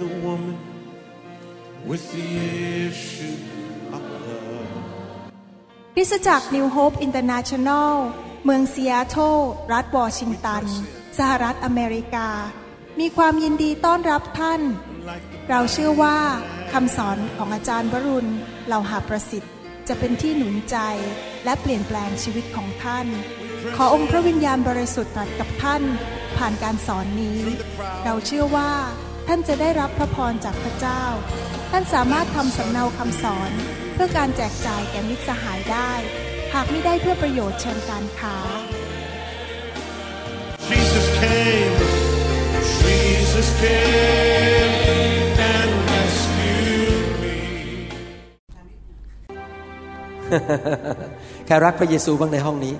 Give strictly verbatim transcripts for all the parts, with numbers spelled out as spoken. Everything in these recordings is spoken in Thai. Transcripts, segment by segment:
the woman with the issue of blood คริสตจักร New Hope International เมืองซีแอตเทิลรัฐวอชิงตันสหรัฐอเมริกามีความยินดีต้อนรับท่านเราเชื่อว่าคำสอนของอาจารย์วรุณเหล่าหาประสิทธิ์จะเป็นที่หนุนใจและเปลี่ยนแปลงชีวิตของท่านขอองค์พระวิญญาณบริสุทธิ์ตรัสกับท่านผ่านการสอนนี้เราเชื่อว่าท่านจะได้รับพระพรจากพระเจ้าท่านสามารถทำสำเนาคำสอนเพื่อการแจกจ่ายแก่มิตรสหายได้หากไม่ได้เพื่อประโยชน์เชิงการค้า Jesus came Jesus came and rescued me ใครรักพระเยซูบ้างในห้องนี้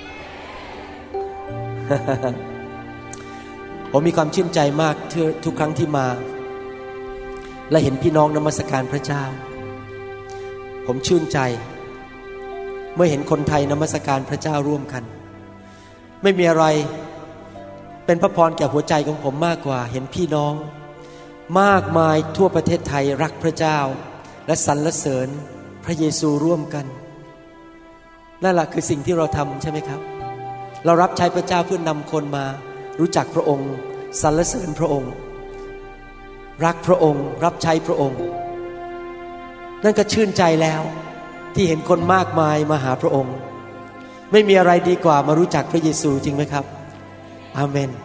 ผมมีความชื่นใจมากทุกครั้งที่มาและเห็นพี่น้องนมัสการพระเจ้าผมชื่นใจเมื่อเห็นคนไทยนมัสการพระเจ้าร่วมกันไม่มีอะไรเป็นพระพรแก่หัวใจของผมมากกว่าเห็นพี่น้องมากมายทั่วประเทศไทยรักพระเจ้าและสรรเสริญพระเยซูร่วมกันนั่นแหละคือสิ่งที่เราทำใช่ไหมครับเรารับใช้พระเจ้าเพื่อนำคนมารู้จักพระองค์สรรเสริญพระองค์รักพระองค์รับใช้พระองค์นั่นก็ชื่นใจแล้วที่เห็นคนมากมายมาหาพระองค์ไม่มีอะไรดีกว่ามารู้จักพระเยซูจริงไหมครับอาเมน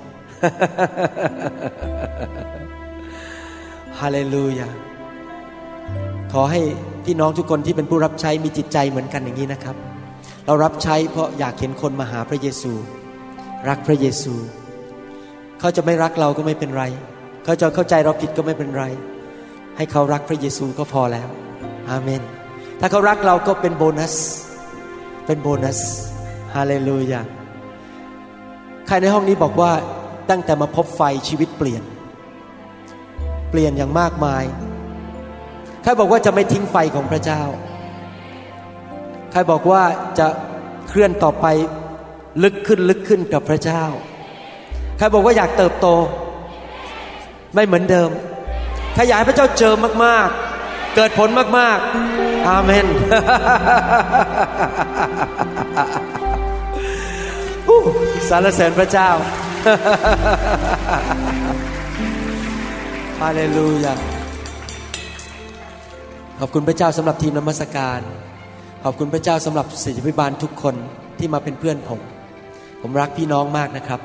ฮาเลลูยาขอให้พี่น้องทุกคนที่เป็นผู้รับใช้มีจิตใจเหมือนกันอย่างนี้นะครับเรารับใช้เพราะอยากเห็นคนมาหาพระเยซูรักพระเยซูเขาจะไม่รักเราก็ไม่เป็นไรเขาจะเข้าใจเราผิดก็ไม่เป็นไรให้เขารักพระเยซูก็พอแล้วอาเมนถ้าเขารักเราก็เป็นโบนัสเป็นโบนัสฮาเลลูยาใครในห้องนี้บอกว่าตั้งแต่มาพบไฟชีวิตเปลี่ยนเปลี่ยนอย่างมากมายใครบอกว่าจะไม่ทิ้งไฟของพระเจ้าใครบอกว่าจะเคลื่อนต่อไปลึกขึ้นลึกขึ้นกับพระเจ้าใครบอกว่าอยากเติบโตไม่เหมือนเดิมใครอยากให้พระเจ้าเจิมมากๆเกิดผลมากๆอาเมน สรรเสริญพระเจ้า ฮาเลลูยาขอบคุณพระเจ้าสำหรับทีมนมัสการขอบคุณพระเจ้าสำหรับศิษยาภิบาลทุกคนที่มาเป็นเพื่อนผมผมรักพี่น้องมากนะครับ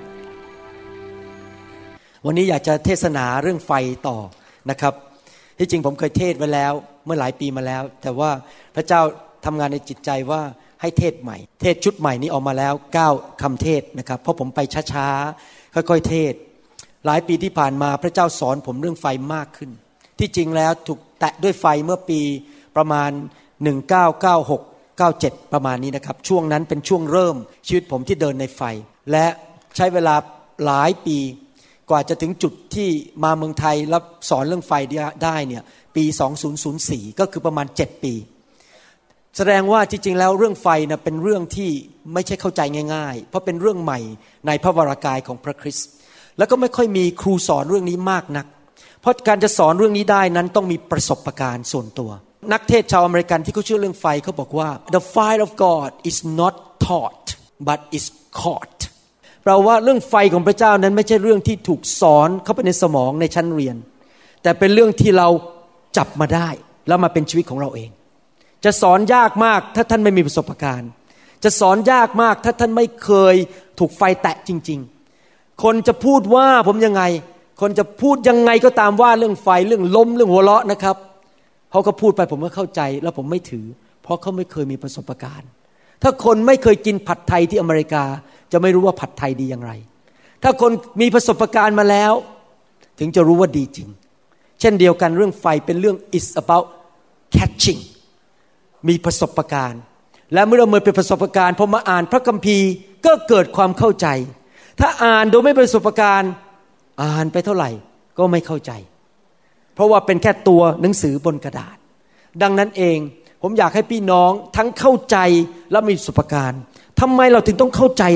วันนี้อยากจะเทศนาเรื่องไฟต่อนะครับที่จริงผมเคยเทศไว้แล้วเมื่อหลายปีมาแล้วแต่ว่าพระเจ้าทำงานในจิตใจว่าให้เทศใหม่เทศชุดใหม่นี้ออกมาแล้วเก้าคำเทศนะครับเพราะผมไปช้าๆค่อยๆเทศหลายปีที่ผ่านมาพระเจ้าสอนผมเรื่องไฟมากขึ้นที่จริงแล้วถูกแตะด้วยไฟเมื่อปีประมาณหนึ่งพันเก้าร้อยเก้าสิบหก เก้าสิบเจ็ดประมาณนี้นะครับช่วงนั้นเป็นช่วงเริ่มชีวิตผมที่เดินในไฟและใช้เวลาหลายปีกว่าจะถึงจุดที่มาเมืองไทยรับสอนเรื่องไฟได้เนี่ยปีสองพันสี่ก็คือประมาณเจ็ดปีแสดงว่าจริงๆแล้วเรื่องไฟนะเป็นเรื่องที่ไม่ใช่เข้าใจง่ายๆเพราะเป็นเรื่องใหม่ในพระวรากายของพระคริสต์แล้วก็ไม่ค่อยมีครูสอนเรื่องนี้มากนักเพราะการจะสอนเรื่องนี้ได้นั้นต้องมีประสบการณ์ส่วนตัวนักเทศชาวอเมริกันที่เขาเชื่อเรื่องไฟเขาบอกว่า the fire of God is not taught but is caught แปลว่าเรื่องไฟของพระเจ้านั้นไม่ใช่เรื่องที่ถูกสอนเข้าไปในสมองในชั้นเรียนแต่เป็นเรื่องที่เราจับมาได้แล้วมาเป็นชีวิตของเราเองจะสอนยากมากถ้าท่านไม่มีประสบการณ์จะสอนยากมากถ้าท่านไม่เคยถูกไฟแตะจริงๆคนจะพูดว่าผมยังไงคนจะพูดยังไงก็ตามว่าเรื่องไฟเรื่องลมเรื่องหัวเราะนะครับเขาก็พูดไปผมก็เข้าใจแล้วผมไม่ถือเพราะเขาไม่เคยมีประสบการณ์ถ้าคนไม่เคยกินผัดไทยที่อเมริกาจะไม่รู้ว่าผัดไทยดีอย่างไรถ้าคนมีประสบการณ์มาแล้วถึงจะรู้ว่าดีจริงเช่นเดียวกันเรื่องไฟเป็นเรื่อง is about catching มีประสบการณ์และเมื่อเราเมื่อเป็นประสบการณ์พอมาอ่านพระคัมภีร์ก็เกิดความเข้าใจถ้าอ่านโดยไม่ประสบการณ์อ่านไปเท่าไหร่ก็ไม่เข้าใจเพราะว่าเป็นแค่ตัวหนังสือบนกระดาษดังนั้นเองผมอยากให้พี่น้องทั้งเข้าใจและมีประสบการณ์ทำไมเราถึงต้องเข้าใจล่ะ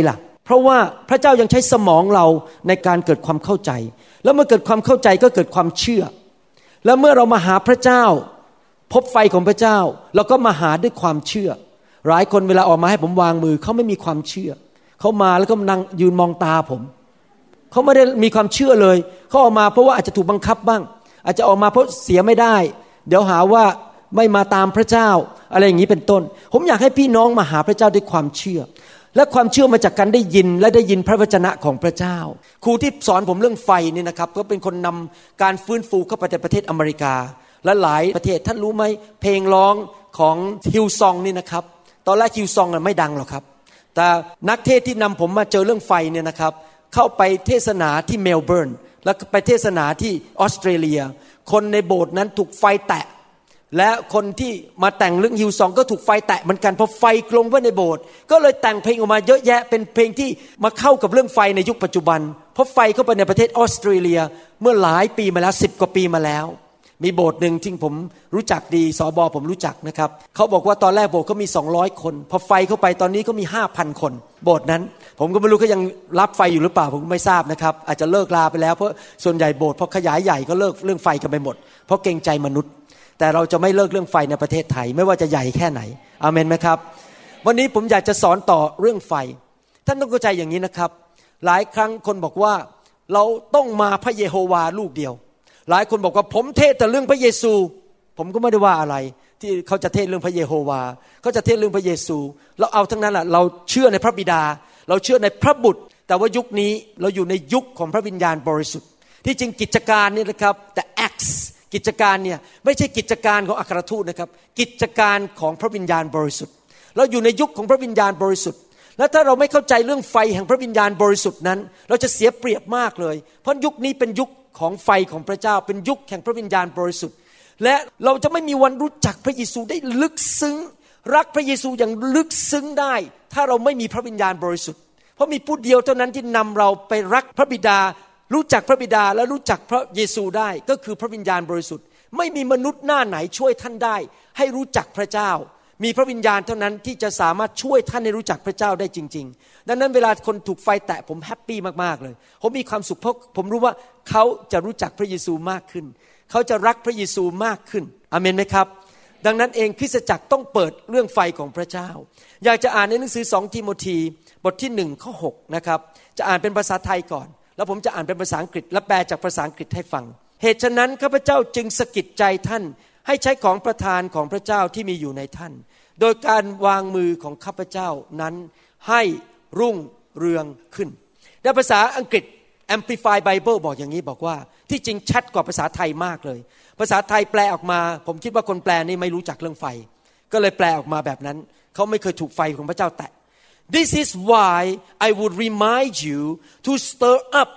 เพราะว่าพระเจ้ายังใช้สมองเราในการเกิดความเข้าใจแล้วเมื่อเกิดความเข้าใจก็เกิดความเชื่อแล้วเมื่อเรามาหาพระเจ้าพบไฟของพระเจ้าเราก็มาหาด้วยความเชื่อหลายคนเวลาออกมาให้ผมวางมือเขาไม่มีความเชื่อเขามาแล้วก็นั่งยืนมองตาผมเขาไม่ได้มีความเชื่อเลยเขาออกมาเพราะว่าอาจจะถูกบังคับบ้างอาจจะออกมาเพราะเสียไม่ได้เดี๋ยวหาว่าไม่มาตามพระเจ้าอะไรอย่างนี้เป็นต้นผมอยากให้พี่น้องมาหาพระเจ้าด้วยความเชื่อและความเชื่อมาจากการได้ยินและได้ยินพระวจนะของพระเจ้าครูที่สอนผมเรื่องไฟนี่นะครับก็เป็นคนนำการฟื้นฟูเข้าไปในประเทศอเมริกาและหลายประเทศท่านรู้ไหมเพลงร้องของฮิลซองนี่นะครับตอนแรกฮิลซองน่ะไม่ดังหรอกครับแต่นักเทศที่นำผมมาเจอเรื่องไฟเนี่ยนะครับเข้าไปเทศนาที่เมลเบิร์นแล้วไปเทศนาที่ออสเตรเลียคนในโบสถ์นั้นถูกไฟแตะและคนที่มาแต่งเรื่องฮิลซองก็ถูกไฟแตะเหมือนกันเพราะไฟกลงไว้ในโบสถ์ก็เลยแต่งเพลงออกมาเยอะแยะเป็นเพลงที่มาเข้ากับเรื่องไฟในยุคปัจจุบันเพราะไฟเข้าไปในประเทศออสเตรเลียเมื่อหลายปีมาแล้วสิบกว่าปีมาแล้วมีโบสถ์นึงที่ผมรู้จักดีสบผมรู้จักนะครับเขาบอกว่าตอนแรกโบสถ์เขามีสองร้อยคนพอไฟเข้าไปตอนนี้ก็มี ห้าพัน คนโบสถ์นั้นผมก็ไม่รู้เขายังรับไฟอยู่หรือเปล่าผมก็ไม่ทราบนะครับอาจจะเลิกลาไปแล้วเพราะส่วนใหญ่โบสถ์พอขยายใหญ่ก็เลิกเรื่องไฟกันไปหมดเพราะเกรงใจมนุษย์แต่เราจะไม่เลิกเรื่องไฟในประเทศไทยไม่ว่าจะใหญ่แค่ไหนอาเมนไหมครับวันนี้ผมอยากจะสอนต่อเรื่องไฟท่านต้องเข้าใจอย่างนี้นะครับหลายครั้งคนบอกว่าเราต้องมาพระเยโฮวาลูกเดียวหลายคนบอกว่าผมเทศแต่เรื่องพระเยซูผมก็ไม่ได้ว่าอะไรที่เขาจะเทศเรื่องพระเยโฮวาเขาจะเทศเรื่องพระเยซูเราเอาทั้งนั้นแหละเราเชื่อในพระบิดาเราเชื่อในพระบุตรแต่ว่ายุคนี้เราอยู่ในยุคของพระวิญญาณบริสุทธิ์ที่จริงกิจการนี่นะครับแต่ acts กิจการเนี่ยไม่ใช่กิจการของอัครทูตนะครับกิจการของพระวิญญาณบริสุทธิ์เราอยู่ในยุคของพระวิญญาณบริสุทธิ์และถ้าเราไม่เข้าใจเรื่องไฟแห่งพระวิญญาณบริสุทธิ์นั้นเราจะเสียเปรียบมากเลยเพราะยุคนี้เป็นยุคของไฟของพระเจ้าเป็นยุคแห่งพระวิญญาณบริสุทธิ์และเราจะไม่มีวันรู้จักพระเยซูได้ลึกซึ้งรักพระเยซูอย่างลึกซึ้งได้ถ้าเราไม่มีพระวิญญาณบริสุทธิ์เพราะมีผู้เดียวเท่านั้นที่นำเราไปรักพระบิดารู้จักพระบิดาและรู้จักพระเยซูได้ก็คือพระวิญญาณบริสุทธิ์ไม่มีมนุษย์หน้าไหนช่วยท่านได้ให้รู้จักพระเจ้ามีพระวิญญาณเท่านั้นที่จะสามารถช่วยท่านให้รู้จักพระเจ้าได้จริงๆดังนั้นเวลาคนถูกไฟแตะผมแฮปปี้มากๆเลยผมมีความสุขเพราะผมรู้ว่าเขาจะรู้จักพระเยซูมากขึ้นเขาจะรักพระเยซูมากขึ้นอาเมนไหมครับดังนั้นเองคริสตจักรต้องเปิดเรื่องไฟของพระเจ้าอยากจะอ่านในหนังสือสองทิโมธีบทที่หนึ่งข้อหกนะครับจะอ่านเป็นภาษาไทยก่อนแล้วผมจะอ่านเป็นภาษาอังกฤษและแปลจากภาษาอังกฤษให้ฟังเหตุฉะนั้นข้าพเจ้าจึงสะกิดใจท่านให้ใช้ของประทานของพระเจ้าที่มีอยู่ในท่านโดยการวางมือของข้าพเจ้านั้นให้รุ่งเรืองขึ้นในภาษาอังกฤษ Amplified Bible บอกอย่างนี้บอกว่าที่จริงชัดกว่าภาษาไทยมากเลยภาษาไทยแปลออกมาผมคิดว่าคนแปลนี่ไม่รู้จักเรื่องไฟก็เลยแปลออกมาแบบนั้นเขาไม่เคยถูกไฟของพระเจ้าแตะ This is why I would remind you to stir up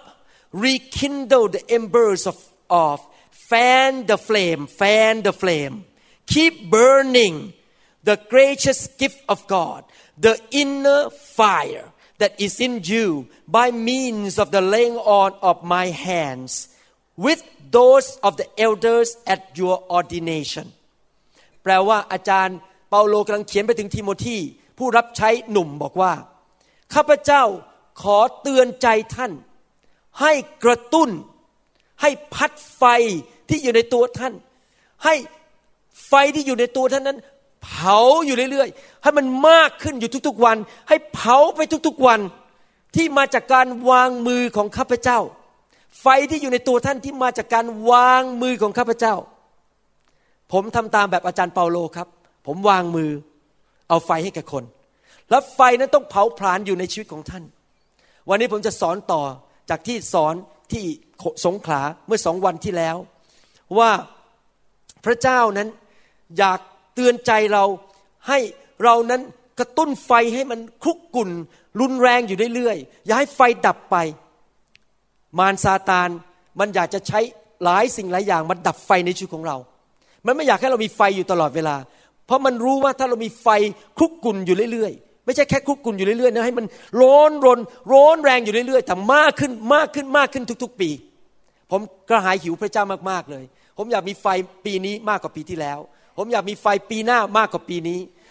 rekindle the embers of of fan the flame fan the flame keep burning the gracious gift of God the inner fire that is in you by means of the laying on of my hands with those of the elders at your ordination แปลว่าอาจารย์เปาโลกำลังเขียนไปถึงทิโมธีผู้รับใช้หนุ่มบอกว่าข้าพเจ้าขอเตือนใจท่านให้กระตุ้นให้พัดไฟที่อยู่ในตัวท่านให้ไฟที่อยู่ในตัวท่านนั้นเผาอยู่เรื่อยๆให้มันมากขึ้นอยู่ทุกๆวันให้เผาไปทุกๆวันที่มาจากการวางมือของข้าพเจ้าไฟที่อยู่ในตัวท่านที่มาจากการวางมือของข้าพเจ้าผมทำตามแบบอาจารย์เปาโลครับผมวางมือเอาไฟให้แก่คนแล้วไฟนั้นต้องเผาผลาญอยู่ในชีวิตของท่านวันนี้ผมจะสอนต่อจากที่สอนที่สงขลาเมื่อสองวันที่แล้วว่าพระเจ้านั้นอยากเตือนใจเราให้เรานั้นกระตุ้นไฟให้มันคลุกกลุ่นรุนแรงอยู่เรื่อยๆอย่าให้ไฟดับไปมารซาตานมันอยากจะใช้หลายสิ่งหลายอย่างมาดับไฟในชีวิตของเรามันไม่อยากให้เรามีไฟอยู่ตลอดเวลาเพราะมันรู้ว่าถ้าเรามีไฟคลุกกลุ่นอยู่เรื่อยๆไม่ใช่แค่คลุกกลุ่นอยู่เรื่อยๆนะให้มันร้อนรนร้อนแรงอยู่เรื่อยๆแต่มากขึ้นมากขึ้นมากขึ้นทุกๆปีผมกระหายหิวพระเจ้ามากๆเลยผมอยากมีไฟปีนี้มากกว่าปีที่แล้วผมอยากมีไฟปีหน้ามากกว่าปีนี้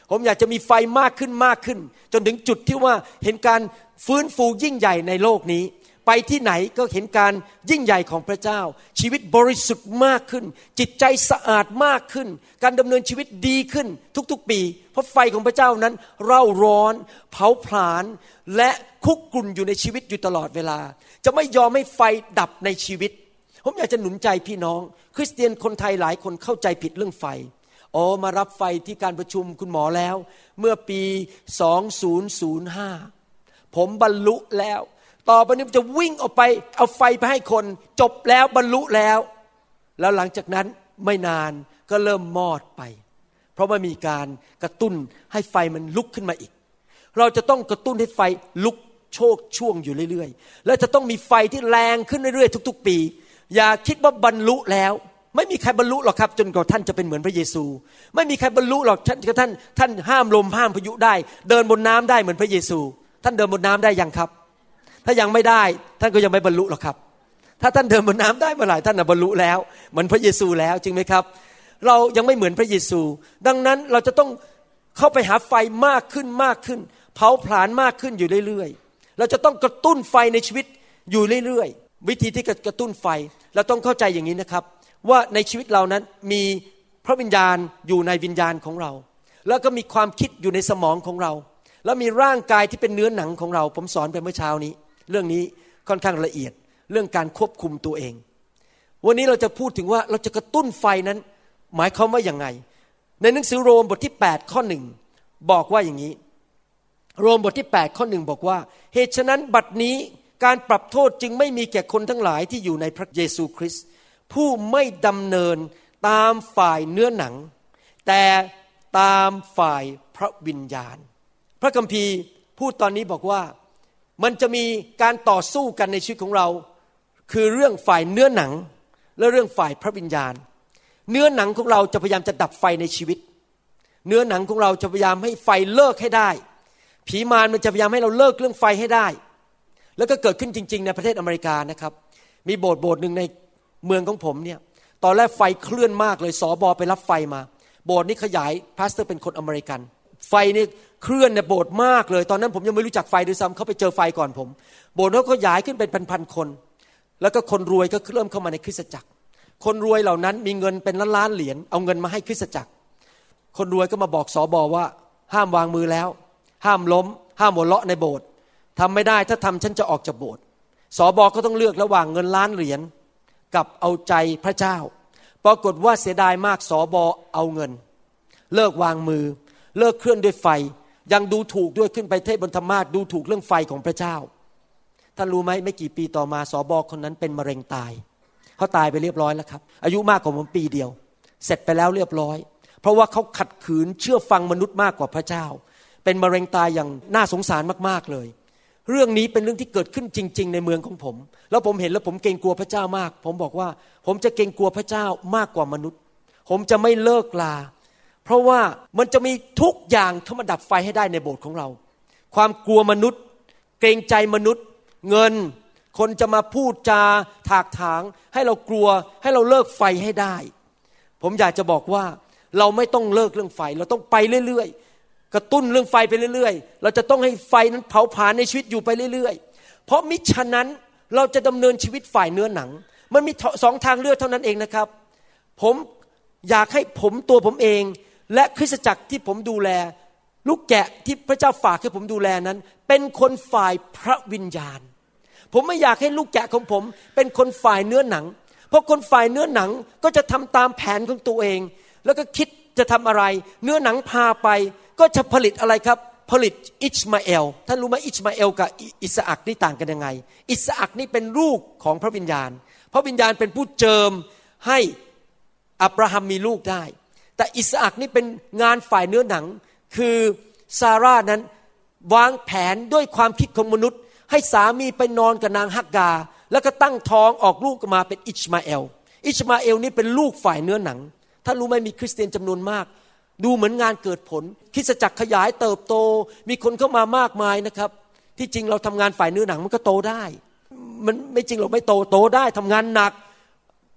ผมอยากจะมีไฟมากขึ้นมากขึ้นจนถึงจุดที่ว่าเห็นการฟื้นฟูยิ่งใหญ่ในโลกนี้ไปที่ไหนก็เห็นการยิ่งใหญ่ของพระเจ้าชีวิตบริสุทธิ์มากขึ้นจิตใจสะอาดมากขึ้นการดำเนินชีวิตดีขึ้นทุกๆปีเพราะไฟของพระเจ้านั้นเร่าร้อนเผาผลาญและคุกรุ่นอยู่ในชีวิตอยู่ตลอดเวลาจะไม่ยอมให้ไฟดับในชีวิตผมอยากจะหนุนใจพี่น้องคริสเตียนคนไทยหลายคนเข้าใจผิดเรื่องไฟอ๋อมารับไฟที่การประชุมคุณหมอแล้วเมื่อปีสองพันห้าผมบรรลุแล้วต่อไปนี้จะวิ่งออกไปเอาไฟไปให้คนจบแล้วบรรลุแล้วแล้วหลังจากนั้นไม่นานก็เริ่มมอดไปเพราะว่ามีการกระตุ้นให้ไฟมันลุกขึ้นมาอีกเราจะต้องกระตุ้นให้ไฟลุกโชกช่วงอยู่เรื่อยๆและจะต้องมีไฟที่แรงขึ้นเรื่อยๆทุกๆปีอย่าคิดว่าบรรลุแล้วไม่มีใครบรรลุหรอกครับจนกว่าท่านจะเป็นเหมือนพระเยซูไม่มีใครบรรลุหรอกท่านท่านท่านห้ามลมห้ามพายุได้เดินบนน้ำได้เหมือนพระเยซูท่านเดินบนน้ำได้ยังครับถ้ายังไม่ได้ท่านก็ยังไม่บรรลุหรอกครับถ้าท่านเดินบนน้ำได้เมื่อไหร่ท่านน่ะบรรลุแล้วเหมือนพระเยซูแล้วจริงไหมครับเรายังไม่เหมือนพระเยซูดังนั้นเราจะต้องเข้าไปหาไฟมากขึ้นมากขึ้นเผาผลาญมากขึ้นอยู่เรื่อยๆเราจะต้องกระตุ้นไฟในชีวิตอยู่เรื่อยๆวิธีที่กระตุ้นไฟเราต้องเข้าใจอย่างนี้นะครับว่าในชีวิตเรานั้นมีพระวิญญาณอยู่ในวิญญาณของเราแล้วก็มีความคิดอยู่ในสมองของเราแล้วมีร่างกายที่เป็นเนื้อหนังของเราผมสอนไปเมื่อเช้านี้เรื่องนี้ค่อนข้างละเอียดเรื่องการควบคุมตัวเองวันนี้เราจะพูดถึงว่าเราจะกระตุ้นไฟนั้นหมายความว่าอย่างไงในหนังสือโรมบทที่แปดข้อหนึ่งบอกว่าอย่างนี้โรมบทที่แปดข้อหนึ่งบอกว่าเหตุฉะนั้นบัดนี้การปรับโทษจึงไม่มีแก่คนทั้งหลายที่อยู่ในพระเยซูคริสต์ผู้ไม่ดำเนินตามฝ่ายเนื้อหนังแต่ตามฝ่ายพระวิญญาณพระคัมภีร์พูดตอนนี้บอกว่ามันจะมีการต่อสู้กันในชีวิตของเราคือเรื่องฝ่ายเนื้อหนังและเรื่องฝ่ายพระวิญญาณเนื้อหนังของเราจะพยายามจะดับไฟในชีวิตเนื้อหนังของเราจะพยายามให้ไฟเลิกให้ได้ผีมารมันจะพยายามให้เราเลิกเรื่องไฟให้ได้แล้วก็เกิดขึ้นจริงๆในประเทศอเมริกานะครับมีโบสถ์โบสถ์นึงในเมืองของผมเนี่ยตอนแรกไฟเคลื่อนมากเลยสบไปรับไฟมาโบสถ์นี้ขยายพาสเตอร์เป็นคนอเมริกันไฟนี่เคลื่อนในโบสถ์มากเลยตอนนั้นผมยังไม่รู้จักไฟด้วยซ้ำเขาไปเจอไฟก่อนผมโบสถ์เขาขยายขึ้นเป็นพันๆคนแล้วก็คนรวยก็เริ่มเข้ามาในคริสตจักรคนรวยเหล่านั้นมีเงินเป็นล้านๆเหรียญเอาเงินมาให้คริสตจักรคนรวยก็มาบอกสบว่าห้ามวางมือแล้วห้ามล้มห้ามหัวเราะในโบสถ์ทำไม่ได้ถ้าทำฉันจะออกจากโบสถ์สบก็ต้องเลือกระหว่างเงินล้านเหรียญกับเอาใจพระเจ้าปรากฏว่าเสียดายมากสบเอาเงินเลิกวางมือเลิกเคลื่อนด้วยไฟยังดูถูกด้วยขึ้นไปเทศบนธรรมาสน์ดูถูกเรื่องไฟของพระเจ้าท่านรู้ไหมไม่กี่ปีต่อมาสบคนนั้นเป็นมะเร็งตายเขาตายไปเรียบร้อยแล้วครับอายุมากกว่าผมปีเดียวเสร็จไปแล้วเรียบร้อยเพราะว่าเขาขัดขืนเชื่อฟังมนุษย์มากกว่าพระเจ้าเป็นมะเร็งตายอย่างน่าสงสารมากๆเลยเรื่องนี้เป็นเรื่องที่เกิดขึ้นจริงๆในเมืองของผมแล้วผมเห็นแล้วผมเกรงกลัวพระเจ้ามากผมบอกว่าผมจะเกรงกลัวพระเจ้ามากกว่ามนุษย์ผมจะไม่เลิกลาเพราะว่ามันจะมีทุกอย่างเข้ามาดับไฟให้ได้ในโบสถ์ของเราความกลัวมนุษย์เกรงใจมนุษย์เงินคนจะมาพูดจาถากถางให้เรากลัวให้เราเลิกไฟให้ได้ผมอยากจะบอกว่าเราไม่ต้องเลิกเรื่องไฟเราต้องไปเรื่อยๆกระตุ้นเรื่องไฟไปเรื่อยๆเราจะต้องให้ไฟนั้นเผาผลาญในชีวิตอยู่ไปเรื่อยๆเพราะมิฉะนั้นเราจะดำเนินชีวิตฝ่ายเนื้อหนังมันมีสองทางเลือกเท่านั้นเองนะครับผมอยากให้ผมตัวผมเองและคริสตจักรที่ผมดูแลลูกแกะที่พระเจ้าฝากให้ผมดูแลนั้นเป็นคนฝ่ายพระวิญญาณผมไม่อยากให้ลูกแกะของผมเป็นคนฝ่ายเนื้อหนังเพราะคนฝ่ายเนื้อหนังก็จะทำตามแผนของตัวเองแล้วก็คิดจะทำอะไรเนื้อหนังพาไปก็จะผลิตอะไรครับผลิตอิชมาเอลท่านรู้ไหมอิชมาเอลกับอิสอัคนี่ต่างกันยังไงอิสอัคนี่เป็นลูกของพระวิญญาณพระวิญญาณเป็นผู้เจิมให้อับราฮัมมีลูกได้แต่อิสอัคนี่เป็นงานฝ่ายเนื้อหนังคือซาร่านั้นวางแผนด้วยความคิดของมนุษย์ให้สามีไปนอนกับนางฮักกาแล้วก็ตั้งท้องออกลูกมาเป็นอิชมาเอลอิชมาเอลนี่เป็นลูกฝ่ายเนื้อหนังถ้ารู้ไหมมีคริสเตียนจำนวนมากดูเหมือนงานเกิดผลคริสตจักรขยายเติบโตมีคนเข้ามามากมายนะครับที่จริงเราทำงานฝ่ายเนื้อหนังมันก็โตได้มันไม่จริงเราไม่โตโตได้ทำงานหนัก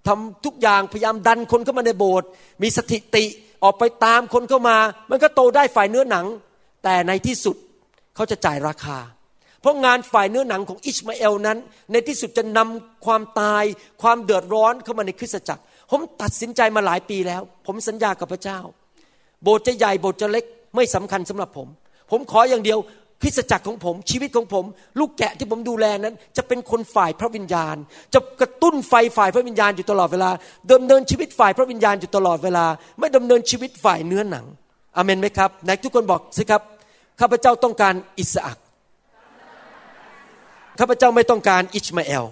ทำทุกอย่างพยายามดันคนเข้ามาในโบสถ์มีสถิติออกไปตามคนเข้ามามันก็โตได้ฝ่ายเนื้อหนังแต่ในที่สุดเขาจะจ่ายราคาเพราะงานฝ่ายเนื้อหนังของอิชมาเอลนั้นในที่สุดจะนำความตายความเดือดร้อนเข้ามาในคริสตจักรผมตัดสินใจมาหลายปีแล้วผมสัญญากับพระเจ้าโบสถ์จะใหญ่โบสถ์จะเล็กไม่สำคัญสำหรับผมผมขออย่างเดียวคริสตจักรของผมชีวิตของผมลูกแกะที่ผมดูแลนั้นจะเป็นคนฝ่ายพระวิญญาณจะกระตุ้นไฟฝ่ายพระวิญญาณอยู่ตลอดเวลาดำเนินชีวิตฝ่ายพระวิญญาณอยู่ตลอดเวลาไม่ดำเนินชีวิตฝ่ายเนื้อหนังอาเมนไหมครับไหนทุกคนบอกสิครับข้าพเจ้าต้องการอิสอัคข้าพเจ้าไม่ต้องการอิชมาเอล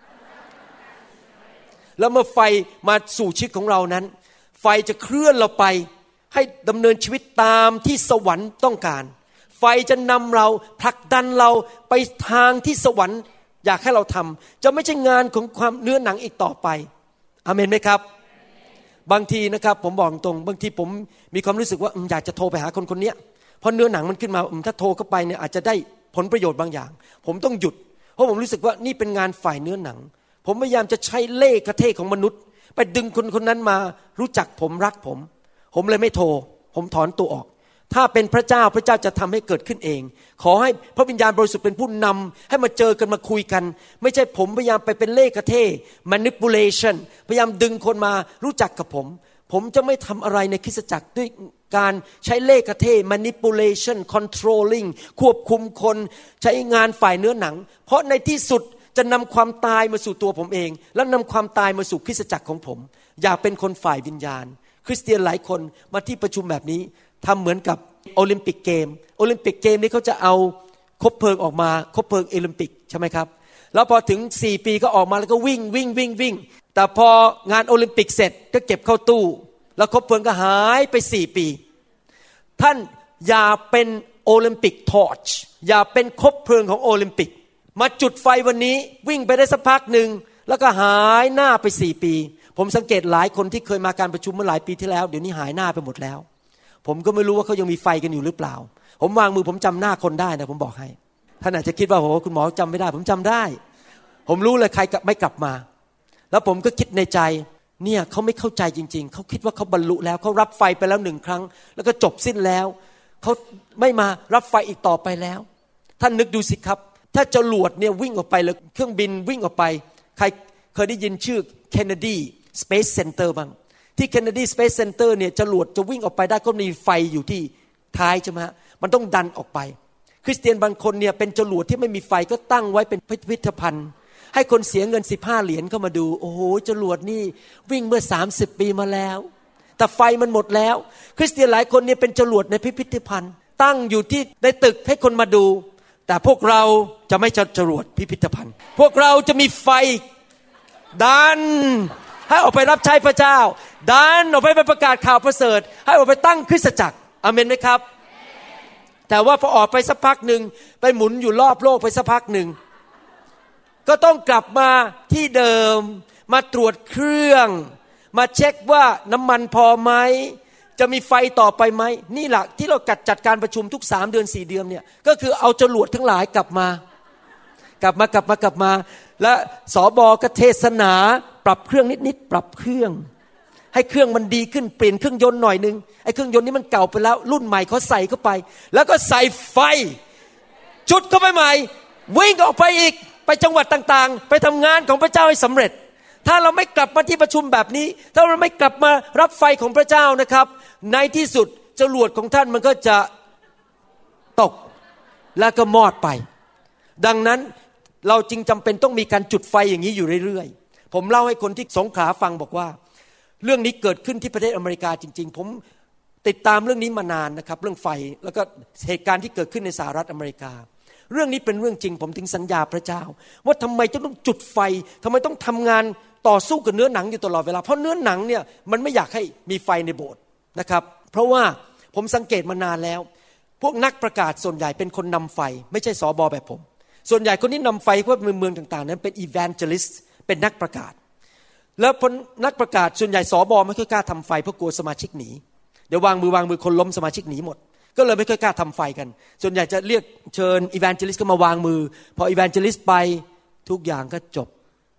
แล้วเมื่อไฟมาสู่ชีวิตของเรานั้นไฟจะเคลื่อนเราไปให้ดำเนินชีวิตตามที่สวรรค์ต้องการไฟจะนำเราผลักดันเราไปทางที่สวรรค์อยากให้เราทำจะไม่ใช่งานของความเนื้อหนังอีกต่อไปอาเมนไหมครับบางทีนะครับผมบอกตรงบางทีผมมีความรู้สึกว่าอยากจะโทรไปหาคนคนนี้เพราะเนื้อหนังมันขึ้นมาถ้าโทรเข้าไปเนี่ยอาจจะได้ผลประโยชน์บางอย่างผมต้องหยุดเพราะผมรู้สึกว่านี่เป็นงานฝ่ายเนื้อหนังผมพยายามจะใช้เล่ห์กระเทของมนุษย์ไปดึงคนคนนั้นมารู้จักผมรักผมผมเลยไม่โทรผมถอนตัวออกถ้าเป็นพระเจ้าพระเจ้าจะทำให้เกิดขึ้นเองขอให้พระวิญญาณบริสุทธิ์เป็นผู้นำให้มาเจอกันมาคุยกันไม่ใช่ผมพยายามไปเป็นเล่ห์กระเท manipulation พยายามดึงคนมารู้จักกับผมผมจะไม่ทำอะไรในคริสตจักรด้วยการใช้เล่ห์กระเท manipulation controlling ควบคุมคนใช้งานฝ่ายเนื้อหนังเพราะในที่สุดจะนำความตายมาสู่ตัวผมเองและนำความตายมาสู่คริสตจักรของผมอยากเป็นคนฝ่ายวิญญาณคริสเตียนหลายคนมาที่ประชุมแบบนี้ทำเหมือนกับโอลิมปิกเกมโอลิมปิกเกมนี้เขาจะเอาคบเพลิงออกมาคบเพลิงโอลิมปิกใช่ไหมครับแล้วพอถึงสี่ปีก็ออกมาแล้วก็วิ่งวิ่งวิ่งวิ่งแต่พองานโอลิมปิกเสร็จก็เก็บเข้าตู้แล้วคบเพลิงก็หายไปสี่ปีท่านอย่าเป็นโอลิมปิกทอร์ชอย่าเป็นคบเพลิงของโอลิมปิกมาจุดไฟวันนี้วิ่งไปได้สักพักหนึ่งแล้วก็หายหน้าไปสี่ปีผมสังเกตหลายคนที่เคยมาการประชุมเมื่อหลายปีที่แล้วเดี๋ยวนี้หายหน้าไปหมดแล้วผมก็ไม่รู้ว่าเขายังมีไฟกันอยู่หรือเปล่าผมวางมือผมจำหน้าคนได้นะผมบอกให้ท่านอาจจะคิดว่าโอ้คุณหมอจำไม่ได้ผมจำได้ผมรู้เลยใครไม่กลับมาแล้วผมก็คิดในใจเนี่ยเขาไม่เข้าใจจริงๆเขาคิดว่าเขาบรรลุแล้วเขารับไฟไปแล้วหนึ่งครั้งแล้วก็จบสิ้นแล้วเขาไม่มารับไฟอีกต่อไปแล้วท่านนึกดูสิครับถ้าจรวดเนี่ยวิ่งออกไปแล้วเครื่องบินวิ่งออกไปใครเคยได้ยินชื่อ Kennedy Space Center บ้างที่ Kennedy Space Center เนี่ยจรวดจะวิ่งออกไปได้ก็มีไฟอยู่ที่ท้ายใช่ไหมฮะมันต้องดันออกไปคริสเตียนบางคนเนี่ยเป็นจรวดที่ไม่มีไฟก็ตั้งไว้เป็นพิพิธภัณฑ์ให้คนเสียเงินสิบห้าเหรียญเข้ามาดูโอ้โหจรวดนี่วิ่งเมื่อสามสิบปีมาแล้วแต่ไฟมันหมดแล้วคริสเตียนหลายคนเนี่ยเป็นจรวดในพิพิธภัณฑ์ตั้งอยู่ที่ในตึกให้คนมาดูแต่พวกเราจะไม่จรวดพิพิธภัณฑ์พวกเราจะมีไฟดันให้ออกไปรับใช้พระเจ้าดันออกไปไปประกาศข่าวประเสริฐให้ออกไปตั้งคริสตจักรอาเมนไหมครับแต่ว่าพอออกไปสักพักหนึ่งไปหมุนอยู่รอบโลกไปสักพักหนึ่งก็ต้องกลับมาที่เดิมมาตรวจเครื่องมาเช็คว่าน้ำมันพอไหมจะมีไฟต่อไปไหมนี่แหละที่เราจัดจัดการประชุมทุกสามเดือนสี่เดือนเนี่ยก็คือเอาจรวดทั้งหลายกลับมากลับมากลับมากลับมาและสบก็เทศนาปรับเครื่องนิดๆปรับเครื่องให้เครื่องมันดีขึ้นเปลี่ยนเครื่องยนต์หน่อยนึงไอ้เครื่องยนต์นี้มันเก่าไปแล้วรุ่นใหม่เขาใส่เข้าไปแล้วก็ใส่ไฟจุดเข้าไปใหม่วิ่งออกไปอีกไปจังหวัดต่างๆไปทำงานของพระเจ้าให้สำเร็จถ้าเราไม่กลับมาที่ประชุมแบบนี้ถ้าเราไม่กลับมารับไฟของพระเจ้านะครับในที่สุดจรวดของท่านมันก็จะตกแล้วก็มอดไปดังนั้นเราจึงจำเป็นต้องมีการจุดไฟอย่างนี้อยู่เรื่อยๆผมเล่าให้คนที่สงขลาฟังบอกว่าเรื่องนี้เกิดขึ้นที่ประเทศอเมริกาจริงๆผมติดตามเรื่องนี้มานานนะครับเรื่องไฟแล้วก็เหตุการณ์ที่เกิดขึ้นในสหรัฐอเมริกาเรื่องนี้เป็นเรื่องจริงผมถึงสัญญาพระเจ้าว่าทำไมต้องจุดไฟทำไมต้องทำงานต่อสู้กับเนื้อหนังอยู่ตลอดเวลาเพราะเนื้อหนังเนี่ยมันไม่อยากให้มีไฟในโบสถ์นะครับเพราะว่าผมสังเกตมานานแล้วพวกนักประกาศส่วนใหญ่เป็นคนนำไฟไม่ใช่สบแบบผมส่วนใหญ่คนที่นำไฟพวกเมืองต่างๆนั้นเป็น evangelist เป็นนักประกาศแล้วนักประกาศส่วนใหญ่สบไม่ค่อยกล้าทำไฟเพราะกลัวสมาชิกหนีเดี๋ยววางมือวางมือคนล้มสมาชิกหนีหมดก็เลยไม่ค่อยกล้าทำไฟกันส่วนใหญ่จะเรียกเชิญ evangelist ก็มาวางมือพอ evangelist ไปทุกอย่างก็จบ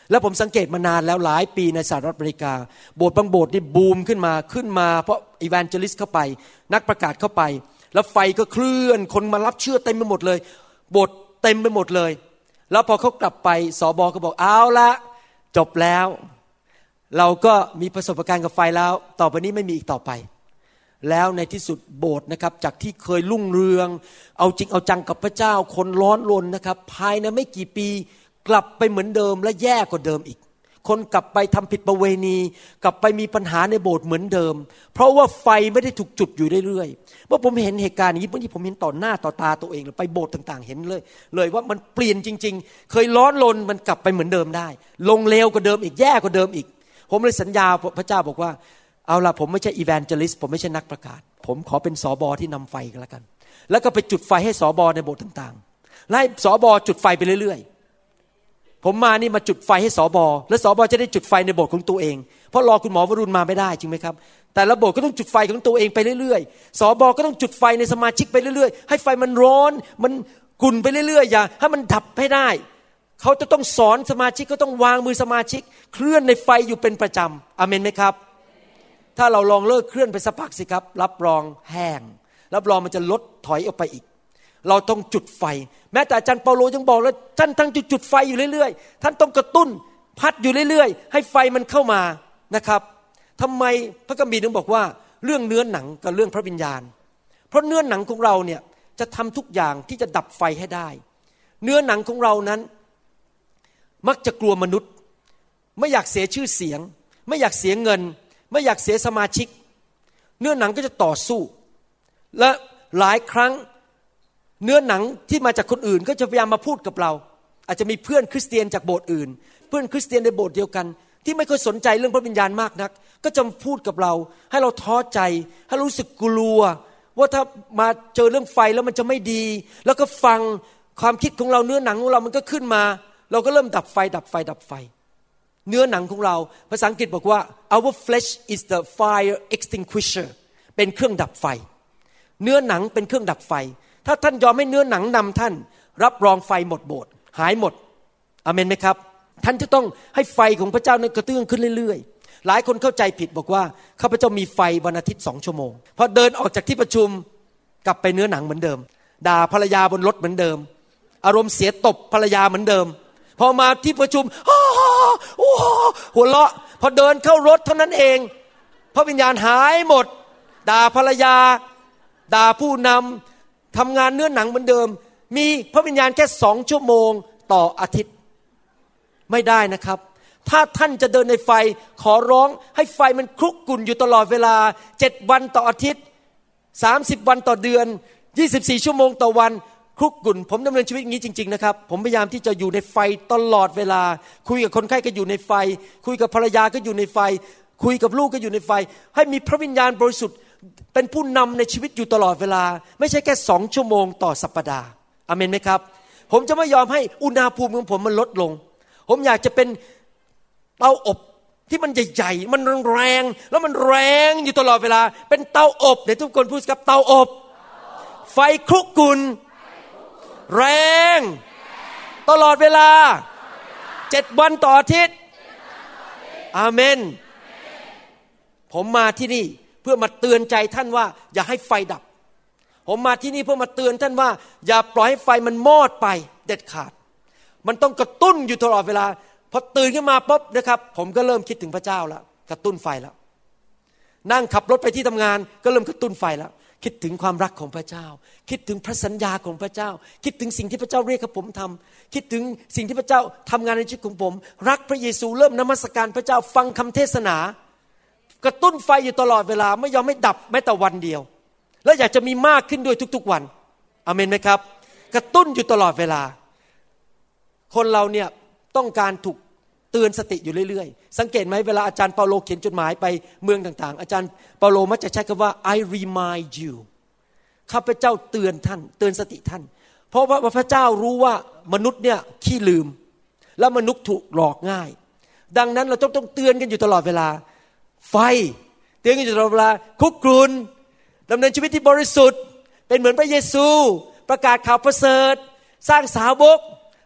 แล้วผมสังเกตมานานแล้วหลายปีในสหรัฐอเมริกาโบสถ์บางโบสถ์นี่บูมขึ้นมาขึ้นมาเพราะอีแวนเจลิสต์เข้าไปนักประกาศเข้าไปแล้วไฟก็เคลื่อนคนมารับเชื่อเต็มไปหมดเลยโบสถ์เต็มไปหมดเลยแล้วพอเขากลับไปสบก็บอกเอาละจบแล้วเราก็มีประสบการณ์กับไฟแล้วต่อไปนี้ไม่มีอีกต่อไปแล้วในที่สุดโบสถ์นะครับจากที่เคยรุ่งเรืองเอาจริงเอาจังกับพระเจ้าคนร้อนรนนะครับภายในไม่กี่ปีกลับไปเหมือนเดิมและแย่กว่าเดิมอีกคนกลับไปทำผิดประเวณีกลับไปมีปัญหาในโบสถ์เหมือนเดิมเพราะว่าไฟไม่ได้ถูกจุดอยู่เรื่อยๆเมื่อผมเห็นเหตุการณ์อย่างนี้เมื่อที่ผมเห็นต่อหน้าต่อตาตัวเองไปโบสถ์ต่างๆเห็นเลยเลยว่ามันเปลี่ยนจริงๆเคยร้อนรนมันกลับไปเหมือนเดิมได้ลงเลวกว่าเดิมอีกแย่กว่าเดิมอีกผมเลยสัญญาพระเจ้าบอกว่าเอาล่ะผมไม่ใช่อีแวนเจลิสต์ผมไม่ใช่นักประกาศผมขอเป็นสบที่นำไฟก็แล้วกันแล้วก็ไปจุดไฟให้สบในโบสถ์ต่างๆไล่สบจุดไฟไปเรื่อยๆผมมานี่มาจุดไฟให้สบแล้วสบจะได้จุดไฟในโบสถ์ของตัวเองเพราะรอคุณหมอวรุณมาไม่ได้จริงไหมครับแต่ละโบสถ์ก็ต้องจุดไฟของตัวเองไปเรื่อยๆสบก็ต้องจุดไฟในสมาชิกไปเรื่อยๆให้ไฟมันร้อนมันกุ่นไปเรื่อยๆอย่าให้มันดับให้ได้เขาจะต้องสอนสมาชิกก็ต้องวางมือสมาชิกเคลื่อนในไฟอยู่เป็นประจำอาเมนไหมครับถ้าเราลองเลิกเคลื่อนไปสักพักสิครับรับรองแห้งรับรองมันจะลดถอยออกไปอีกเราต้องจุดไฟแม้แต่อาจารย์เปาโลยังบอกแล้วท่านทั้งจุดจุดไฟอยู่เรื่อยๆท่านต้องกระตุ้นพัดอยู่เรื่อยๆให้ไฟมันเข้ามานะครับทำไมพระคัมภีร์ถึงบอกว่าเรื่องเนื้อหนังกับเรื่องพระวิญญาณเพราะเนื้อหนังของเราเนี่ยจะทำทุกอย่างที่จะดับไฟให้ได้เนื้อหนังของเรานั้นมักจะกลัวมนุษย์ไม่อยากเสียชื่อเสียงไม่อยากเสียเงินไม่อยากเสียสมาชิกเนื้อหนังก็จะต่อสู้และหลายครั้งเนื้อหนังที่มาจากคนอื่นก็จะพยายามมาพูดกับเราอาจจะมีเพื่อนคริสเตียนจากโบสถ์อื่นเพื่อนคริสเตียนในโบสถ์เดียวกันที่ไม่ค่อยสนใจเรื่องพระวิญญาณมากนักก็จะพูดกับเราให้เราท้อใจให้รู้สึกกลัวว่าถ้ามาเจอเรื่องไฟแล้วมันจะไม่ดีแล้วก็ฟังความคิดของเราเนื้อหนังของเรามันก็ขึ้นมาเราก็เริ่มดับไฟดับไฟดับไฟเนื้อหนังของเราภาษาอังกฤษบอกว่า our flesh is the fire extinguisher เป็นเครื่องดับไฟเนื้อหนังเป็นเครื่องดับไฟถ้าท่านยอมให้เนื้อหนังนำท่านรับรองไฟหมดโบสถ์หายหมดอาเมนไหมครับท่านจะต้องให้ไฟของพระเจ้านั้นกระเตื้องขึ้นเรื่อยๆหลายคนเข้าใจผิดบอกว่าข้าพเจ้ามีไฟวันอาทิตย์สองชั่วโมงพอเดินออกจากที่ประชุมกลับไปเนื้อหนังเหมือนเดิมด่าภรรยาบนรถเหมือนเดิมอารมณ์เสียตบภรรยาเหมือนเดิมพอมาที่ประชุมหัวเราะพอเดินเข้ารถเท่านั้นเองพระวิญญาณหายหมดด่าภรรยาด่าผู้นำทำงานเนื้อหนังเหมือนเดิมมีพระวิญญาณแค่สองชั่วโมงต่ออาทิตย์ไม่ได้นะครับถ้าท่านจะเดินในไฟขอร้องให้ไฟมันคลุกกลุ่นอยู่ตลอดเวลาเจ็ดวันต่ออาทิตย์สามสิบวันต่อเดือนยี่สิบสี่ชั่วโมงต่อวันคลุกกลุ่นผมดำเนินชีวิตอย่างนี้จริงๆนะครับผมพยายามที่จะอยู่ในไฟตลอดเวลาคุยกับคนไข้ก็อยู่ในไฟคุยกับภรรยาก็อยู่ในไฟคุยกับลูกก็อยู่ในไฟให้มีพระวิญญาณบริสุทธิ์เป็นผู้นำในชีวิตอยู่ตลอดเวลาไม่ใช่แค่สองชั่วโมงต่อสัปดาห์อาเมนไหมครับผมจะไม่ยอมให้อุณหภูมิของผมมันลดลงผมอยากจะเป็นเตาอบที่มันใหญ่ๆมันแรงแล้วมันแรงอยู่ตลอดเวลาเป็นเตาอบเดี๋ยวทุกคนพูดกับเตาอบไฟคลุกกลุ่นแรงตลอดเวลาเจ็ดวันต่ออาทิตย์อาเมนผมมาที่นี่เพื่อมาเตือนใจท่านว่าอย่าให้ไฟดับผมมาที่นี่เพื่อมาเตือนท่านว่าอย่าปล่อยให้ไฟมันมอดไปเด็ดขาดมันต้องกระตุ้นอยู่ตลอดเวลาพอตื่นขึ้นมาปุ๊บนะครับผมก็เริ่มคิดถึงพระเจ้าแล้วกระตุ้นไฟแล้วนั่งขับรถไปที่ทำงานก็เริ่มกระตุ้นไฟแล้วคิดถึงความรักของพระเจ้าคิดถึงพระสัญญาของพระเจ้าคิดถึงสิ่งที่พระเจ้าเรียกให้ผมทำคิดถึงสิ่งที่พระเจ้าทำงานในชีวิตของผมรักพระเยซูเริ่มนมัสการพระเจ้าฟังคำเทศนากระตุ้นไฟอยู่ตลอดเวลาไม่ยอมให้ดับแม้แต่วันเดียวและอยากจะมีมากขึ้นด้วยทุกๆวันอาเมนไหมครับกระตุ้นอยู่ตลอดเวลาคนเราเนี่ยต้องการถูกเตือนสติอยู่เรื่อยๆสังเกตไหมเวลาอาจารย์เปาโลเขียนจดหมายไปเมืองต่างๆอาจารย์เปาโลมักจะใช้คำว่า I remind you ข้าพเจ้าเตือนท่านเตือนสติท่านเพราะว่าพระเจ้ารู้ว่ามนุษย์เนี่ยขี้ลืมและมนุษย์ถูกหลอกง่ายดังนั้นเราต้องต้องเตือนกันอยู่ตลอดเวลาไฟเตือนกันอยู่ตลอดเวลาคุกรุ่นดำเนินชีวิตที่บริสุทธิ์เป็นเหมือนพระเยซูประกาศข่าวประเสริฐสร้างสาวก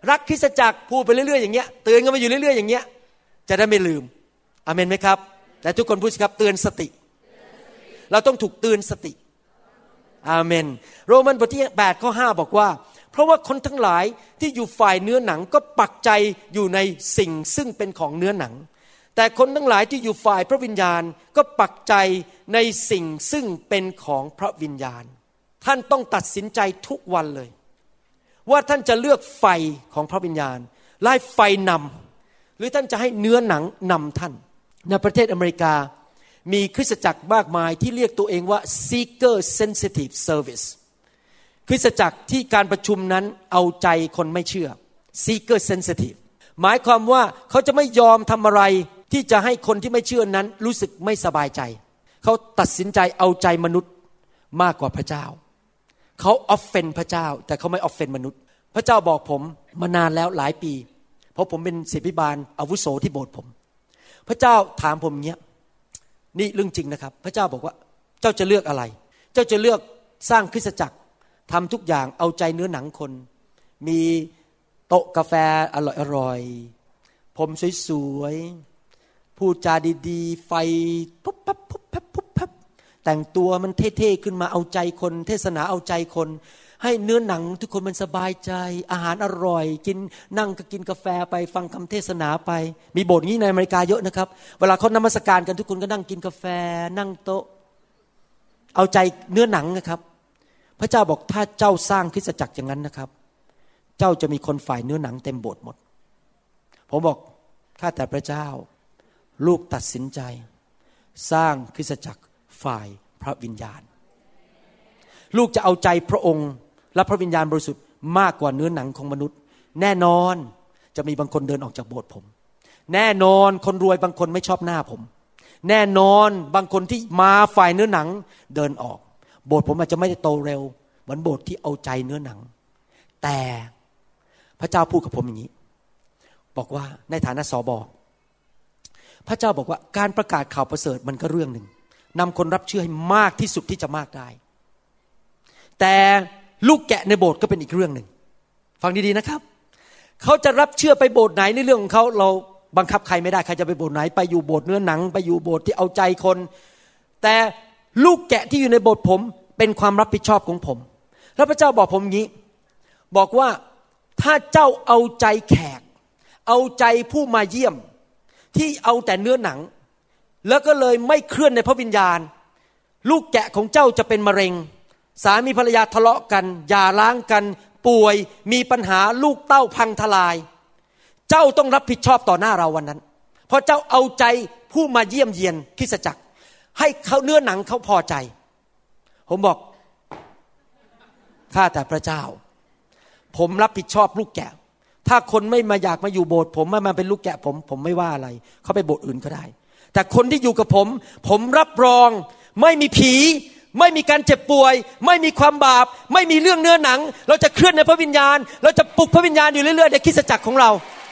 รักคริสตจักรพูดไปเรื่อยๆอย่างเงี้ยเตือนกันมาอยู่เรื่อยๆอย่างเงี้ยจะได้ไม่ลืมอาเมนไหมครับแต่ทุกคนพูดสิครับเตือนสติเราต้องถูกเตือนสติอาเมนโรมันบทที่แปดข้อห้าบอกว่าเพราะว่าคนทั้งหลายที่อยู่ฝ่ายเนื้อหนังก็ปักใจอยู่ในสิ่งซึ่งเป็นของเนื้อหนังแต่คนทั้งหลายที่อยู่ฝ่ายพระวิญญาณก็ปักใจในสิ่งซึ่งเป็นของพระวิญญาณท่านต้องตัดสินใจทุกวันเลยว่าท่านจะเลือกไฟของพระวิญญาณไล่ไฟนำหรือท่านจะให้เนื้อหนังนำท่านในประเทศอเมริกามีคริสตจักรมากมายที่เรียกตัวเองว่า seeker sensitive service คริสตจักรที่การประชุมนั้นเอาใจคนไม่เชื่อ seeker sensitive หมายความว่าเขาจะไม่ยอมทำอะไรที่จะให้คนที่ไม่เชื่อนั้นรู้สึกไม่สบายใจเขาตัดสินใจเอาใจมนุษย์มากกว่าพระเจ้าเขาออฟเฟนพระเจ้าแต่เขาไม่ออฟเฟนมนุษย์พระเจ้าบอกผมมานานแล้วหลายปีเพราะผมเป็นศิษย์พิบาลอาวุโสที่โบสถ์ผมพระเจ้าถามผมเงี้ยนี่เรื่องจริงนะครับพระเจ้าบอกว่าเจ้าจะเลือกอะไรเจ้าจะเลือกสร้างคริสตจักรทำทุกอย่างเอาใจเนื้อหนังคนมีโต๊ะกาแฟอร่อยๆผมสวยๆพูดจาดีๆไฟปุ๊บปั๊บปุ๊บปั๊บปุ๊บปั๊บแต่งตัวมันเท่ๆขึ้นมาเอาใจคนเทศนาเอาใจคนให้เนื้อหนังทุกคนมันสบายใจอาหารอร่อยกินนั่งก็กินกาแฟไปฟังคำเทศนาไปมีโบสถ์นี้ในอเมริกาเยอะนะครับเวลาเขานมัสการกันทุกคนก็นั่งกินกาแฟนั่งโต๊ะเอาใจเนื้อหนังนะครับพระเจ้าบอกถ้าเจ้าสร้างคริสตจักรอย่างนั้นนะครับเจ้าจะมีคนฝ่ายเนื้อหนังเต็มโบสถ์หมดผมบอกข้าแต่พระเจ้าลูกตัดสินใจสร้างคริสตจักรฝ่ายพระวิญญาณลูกจะเอาใจพระองค์และพระวิญญาณบริสุทธิ์มากกว่าเนื้อหนังของมนุษย์แน่นอนจะมีบางคนเดินออกจากโบสถ์ผมแน่นอนคนรวยบางคนไม่ชอบหน้าผมแน่นอนบางคนที่มาฝ่ายเนื้อหนังเดินออกโบสถ์ผมอาจจะไม่ได้โตเร็วเหมือนโบสถ์ที่เอาใจเนื้อหนังแต่พระเจ้าพูดกับผมอย่างนี้บอกว่าในฐานะสบพระเจ้าบอกว่าการประกาศข่าวประเสริฐมันก็เรื่องหนึ่งนำคนรับเชื่อให้มากที่สุดที่จะมากได้แต่ลูกแกะในโบสถ์ก็เป็นอีกเรื่องหนึ่งฟังดีๆนะครับเขาจะรับเชื่อไปโบสถ์ไหนในเรื่องของเขาเราบังคับใครไม่ได้ใครจะไปโบสถ์ไหนไปอยู่โบสถ์เนื้อหนังไปอยู่โบสถ์ที่เอาใจคนแต่ลูกแกะที่อยู่ในโบสถ์ผมเป็นความรับผิดชอบของผมแล้วพระเจ้าบอกผมอย่างนี้บอกว่าถ้าเจ้าเอาใจแขกเอาใจผู้มาเยี่ยมที่เอาแต่เนื้อหนังแล้วก็เลยไม่เคลื่อนในพระวิญญาณลูกแกะของเจ้าจะเป็นมะเร็งสามีภรรยาทะเลาะกันหย่าร้างกันป่วยมีปัญหาลูกเต้าพังทลายเจ้าต้องรับผิดชอบต่อหน้าเราวันนั้นเพราะเจ้าเอาใจผู้มาเยี่ยมเยียนคริสตจักรให้เขาเนื้อหนังเขาพอใจผมบอกข้าแต่พระเจ้าผมรับผิดชอบลูกแกะถ้าคนไม่มาอยากมาอยู่โบสถ์ผมไม่มาเป็นลูกแกะผมผมไม่ว่าอะไรเขาไปโบสถ์อื่นก็ได้แต่คนที่อยู่กับผมผมรับรองไม่มีผีไม่มีการเจ็บป่วยไม่มีความบาปไม่มีเรื่องเนื้อหนังเราจะเคลื่อนในพระวิญญาณเราจะปลุกพระวิญญาณอยู่เรื่อยๆในคริสตจักรของเรา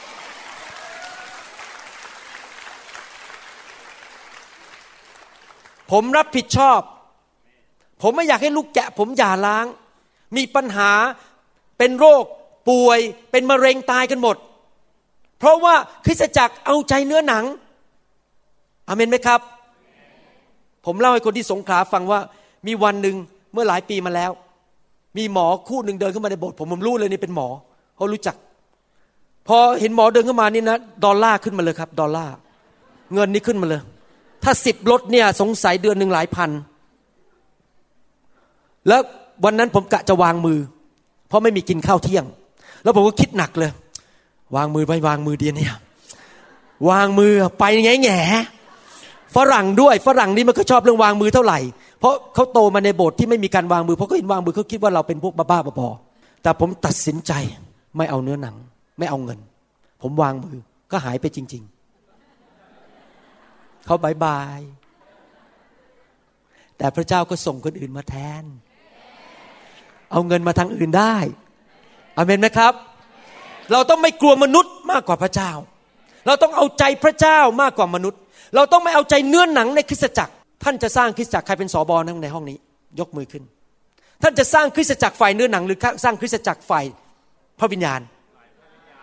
ผมรับผิดชอบผมไม่อยากให้ลูกแกะผมหย่าร้างมีปัญหาเป็นโรคป่วยเป็นมะเร็งตายกันหมดเพราะว่าคริสตจักรเอาใจเนื้อหนังอาเมนไหมครับผมเล่าให้คนที่สงขลาฟังว่ามีวันหนึ่งเมื่อหลายปีมาแล้วมีหมอคู่หนึ่งเดินเข้ามาในโบสถ์ผมผมรู้เลยนี่เป็นหมอเขารู้จักพอเห็นหมอเดินเข้ามานี่นะดอลลาร์ขึ้นมาเลยครับดอลลาร์เงินนี่ขึ้นมาเลยถ้าสิบรถเนี่ยสงสัยเดือนหนึ่งหลายพันแล้ววันนั้นผมกะจะวางมือเพราะไม่มีกินข้าวเที่ยงแล้วผมก็คิดหนักเลยวางมือไปวางมือเดียวเนี่ยวางมือไปแง่แง่ฝรั่งด้วยฝรั่งนี่มันก็ชอบเรื่องวางมือเท่าไหร่เพราะเขาโตมาในโบสถ์ที่ไม่มีการวางมือเพราะเขาเห็นวางมือเขาคิดว่าเราเป็นพวกบ้าๆบอๆแต่ผมตัดสินใจไม่เอาเนื้อหนังไม่เอาเงินผมวางมือก็หายไปจริงๆเขาบายบายแต่พระเจ้าก็ส่งคนอื่นมาแทนเอาเงินมาทางอื่นได้อาเมนไหมครับเราต้องไม่กลัวมนุษย์มากกว่าพระเจ้าเราต้องเอาใจพระเจ้ามากกว่ามนุษย์เราต้องไม่เอาใจเนื้อหนังในคริสตจักรท่านจะสร้างคริสตจักรใครเป็นสบนั่งในห้องนี้ยกมือขึ้นท่านจะสร้างคริสตจักรฝ่ายเนื้อหนังหรือสร้างคริสตจักรฝ่ายพระวิญญาณ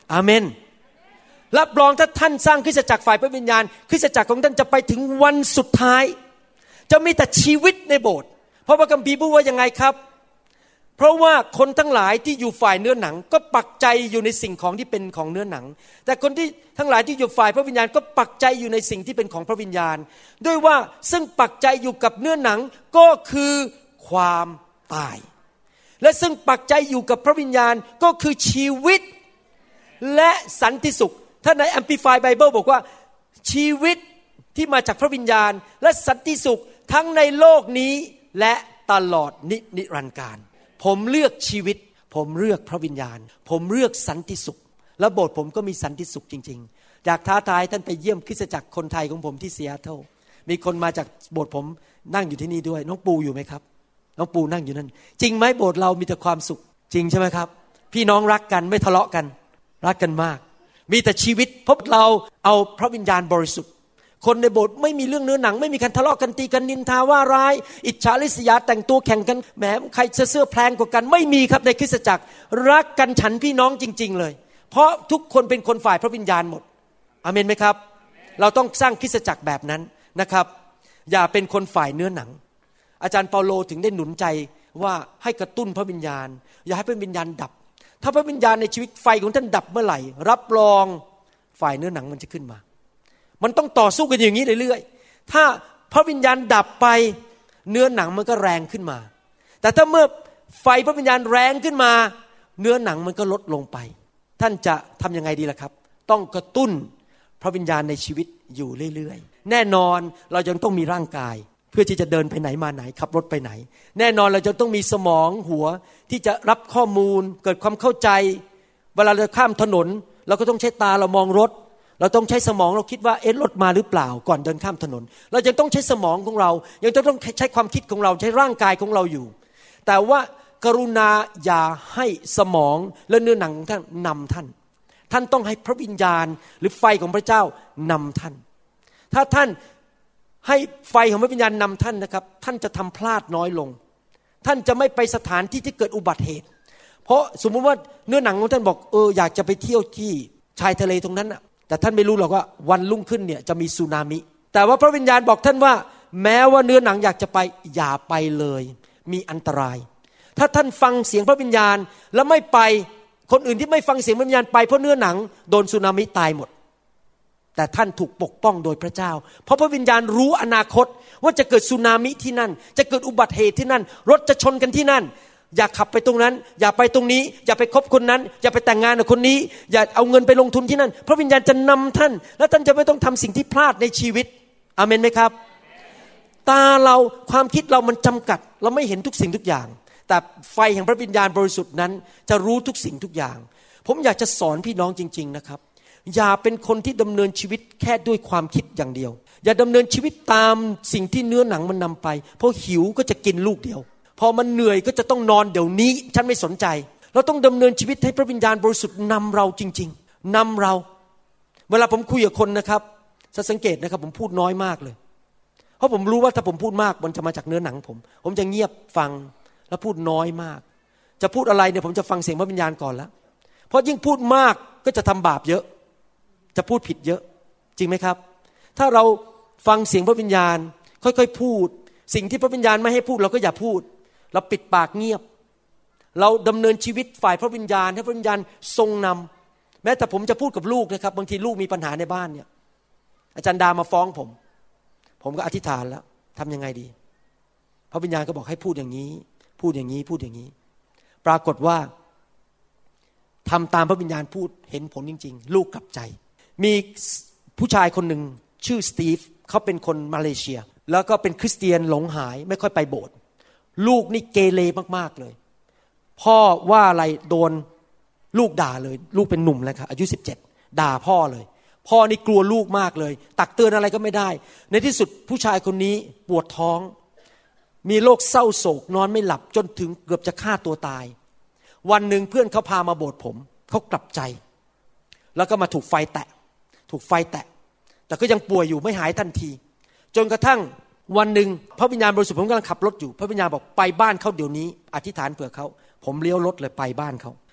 อาเมนรับรองถ้าท่านสร้างคริสตจักรฝ่ายพระวิญญาณคริสตจักรของท่านจะไปถึงวันสุดท้ายจะมีแต่ชีวิตในโบสถ์เพราะว่าคัมภีร์พูดว่ายังไงครับเพราะว่าคนทั้งหลายที่อยู่ฝ่ายเนื้อหนังก็ปักใจอยู่ในสิ่งของที่เป็นของเนื้อหนังแต่คนที่ทั้งหลายที่อยู่ฝ่ายพระวิญญาณก็ปักใจอยู่ในสิ่งที่เป็นของพระวิญญาณด้วยว่าซึ่งปักใจอยู่กับเนื้อหนังก็คือความตายและซึ่งปักใจอยู่กับพระวิญญาณก็คือชีวิตและสันติสุขถ้าใน Amplified Bible บอกว่าชีวิตที่มาจากพระวิญญาณและสันติสุขทั้งในโลกนี้และตลอดนินิรันดร์กาลผมเลือกชีวิตผมเลือกพระวิญญาณผมเลือกสันติสุขและโบสถ์ผมก็มีสันติสุขจริงๆอยากท้าทายท่านไปเยี่ยมคริสตจักรคนไทยของผมที่ซีแอตเทิลมีคนมาจากโบสถ์ผมนั่งอยู่ที่นี่ด้วยน้องปูอยู่ไหมครับน้องปูนั่งอยู่นั่นจริงไหมโบสถ์เรามีแต่ความสุขจริงใช่ไหมครับพี่น้องรักกันไม่ทะเลาะกันรักกันมากมีแต่ชีวิตเพราะเราเอาพระวิญญาณบริสุทธิ์คนในโบสถ์ไม่มีเรื่องเนื้อหนังไม่มีการทะเลาะกันตีกันนินทาว่าร้ายอิจฉาริษยาแต่งตัวแข่งกันแหมใครเสื้อแพลงกว่ากันไม่มีครับในคริสตจักรรักกันฉันพี่น้องจริงๆเลยเพราะทุกคนเป็นคนฝ่ายพระวิญญาณหมดอาเมนไหมครับเราต้องสร้างคริสตจักรแบบนั้นนะครับอย่าเป็นคนฝ่ายเนื้อหนังอาจารย์เปาโลถึงได้หนุนใจว่าให้กระตุ้นพระวิญญาณอย่าให้พระวิญญาณดับถ้าพระวิญญาณในชีวิตไฟของท่านดับเมื่อไหร่รับรองฝ่ายเนื้อหนังมันจะขึ้นมามันต้องต่อสู้กันอย่างนี้เรื่อยๆถ้าพระวิญญาณดับไปเนื้อหนังมันก็แรงขึ้นมาแต่ถ้าเมื่อไฟพระวิญญาณแรงขึ้นมาเนื้อหนังมันก็ลดลงไปท่านจะทำยังไงดีล่ะครับต้องกระตุ้นพระวิญญาณในชีวิตอยู่เรื่อยๆแน่นอนเรายังต้องมีร่างกายเพื่อที่จะเดินไปไหนมาไหนขับรถไปไหนแน่นอนเราจะต้องมีสมองหัวที่จะรับข้อมูลเกิดความเข้าใจเวลาเราข้ามถนนเราก็ต้องใช้ตาเรามองรถเราต้องใช้สมองเราคิดว่าเอ๊ะรถมาหรือเปล่าก่อนเดินข้ามถนนเรายังต้องใช้สมองของเรายังต้องใช้ความคิดของเราใช้ร่างกายของเราอยู่แต่ว่ากรุณาอย่าให้สมองและเนื้อหนังของท่านนำท่านท่านต้องให้พระวิญญาณหรือไฟของพระเจ้านำท่านถ้าท่านให้ไฟของพระวิญญาณนำท่านนะครับท่านจะทำพลาดน้อยลงท่านจะไม่ไปสถานที่ที่เกิดอุบัติเหตุเพราะสมมุติว่าเนื้อหนังของท่านบอกเอออยากจะไปเที่ยวที่ชายทะเลตรงนั้นน่ะแต่ท่านไม่รู้หรอกว่าวันรุ่งขึ้นเนี่ยจะมีสึนามิแต่ว่าพระวิญญาณบอกท่านว่าแม้ว่าเนื้อหนังอยากจะไปอย่าไปเลยมีอันตรายถ้าท่านฟังเสียงพระวิญญาณแล้วไม่ไปคนอื่นที่ไม่ฟังเสียงพระวิญญาณไปเพราะเนื้อหนังโดนสึนามิตายหมดแต่ท่านถูกปกป้องโดยพระเจ้าเพราะพระวิญญาณรู้อนาคตว่าจะเกิดสึนามิที่นั่นจะเกิดอุบัติเหตุที่นั่นรถจะชนกันที่นั่นอย่าขับไปตรงนั้นอย่าไปตรงนี้อย่าไปคบคนนั้นอย่าไปแต่งงานกับคนนี้อย่าเอาเงินไปลงทุนที่นั่นพระวิญญาณจะนำท่านและท่านจะไม่ต้องทำสิ่งที่พลาดในชีวิตอาเมนไหมครับตาเราความคิดเรามันจำกัดเราไม่เห็นทุกสิ่งทุกอย่างแต่ไฟแห่งพระวิญญาณบริสุทธิ์นั้นจะรู้ทุกสิ่งทุกอย่างผมอยากจะสอนพี่น้องจริงๆนะครับอย่าเป็นคนที่ดำเนินชีวิตแค่ด้วยความคิดอย่างเดียวอย่าดำเนินชีวิตตามสิ่งที่เนื้อหนังมันนำไปเพราะหิวก็จะกินลูกเดียวพอมันเหนื่อยก็จะต้องนอนเดี๋ยวนี้ฉันไม่สนใจเราต้องดำเนินชีวิตให้พระวิญญาณบริสุทธิ์นำเราจริงๆนำเราเวลาผมคุยกับคนนะครับจะสังเกตนะครับผมพูดน้อยมากเลยเพราะผมรู้ว่าถ้าผมพูดมากมันจะมาจากเนื้อหนังผมผมจะเงียบฟังแล้วพูดน้อยมากจะพูดอะไรเนี่ยผมจะฟังเสียงพระวิญญาณก่อนแล้วเพราะยิ่งพูดมากก็จะทำบาปเยอะจะพูดผิดเยอะจริงไหมครับถ้าเราฟังเสียงพระวิญญาณค่อยๆพูดสิ่งที่พระวิญญาณไม่ให้พูดเราก็อย่าพูดเราปิดปากเงียบเราดำเนินชีวิตฝ่ายพระวิญญาณให้พระวิญญาณทรงนำแม้แต่ผมจะพูดกับลูกนะครับบางทีลูกมีปัญหาในบ้านเนี่ยอาจารย์ดามาฟ้องผมผมก็อธิษฐานแล้วทำยังไงดีพระวิญญาณก็บอกให้พูดอย่างนี้พูดอย่างนี้พูดอย่างนี้ปรากฏว่าทำตามพระวิญญาณพูดเห็นผลจริงๆลูกกลับใจมีผู้ชายคนหนึ่งชื่อสตีฟเขาเป็นคนมาเลเซียแล้วก็เป็นคริสเตียนหลงหายไม่ค่อยไปโบสถ์ลูกนี่เกเรมากๆเลยพ่อว่าอะไรโดนลูกด่าเลยลูกเป็นหนุ่มแล้วครับอายุสิบเจ็ดด่าพ่อเลยพ่อนี่กลัวลูกมากเลยตักเตือนอะไรก็ไม่ได้ในที่สุดผู้ชายคนนี้ปวดท้องมีโรคเศร้าโศกนอนไม่หลับจนถึงเกือบจะฆ่าตัวตายวันหนึ่งเพื่อนเขาพามาโบสถ์ผมเขากลับใจแล้วก็มาถูกไฟแตะถูกไฟแตะแต่ก็ยังป่วยอยู่ไม่หายทันทีจนกระทั่งวันหนึ่งพระวิญญาณบริสุทธิ์ผมกำลังขับรถอยู่พระวิญญาณบอกไปบ้านเขาเดี๋ยวนี้อธิษฐานเผื่อเขาผมเลี้ยวรถเลยไปบ้านเขา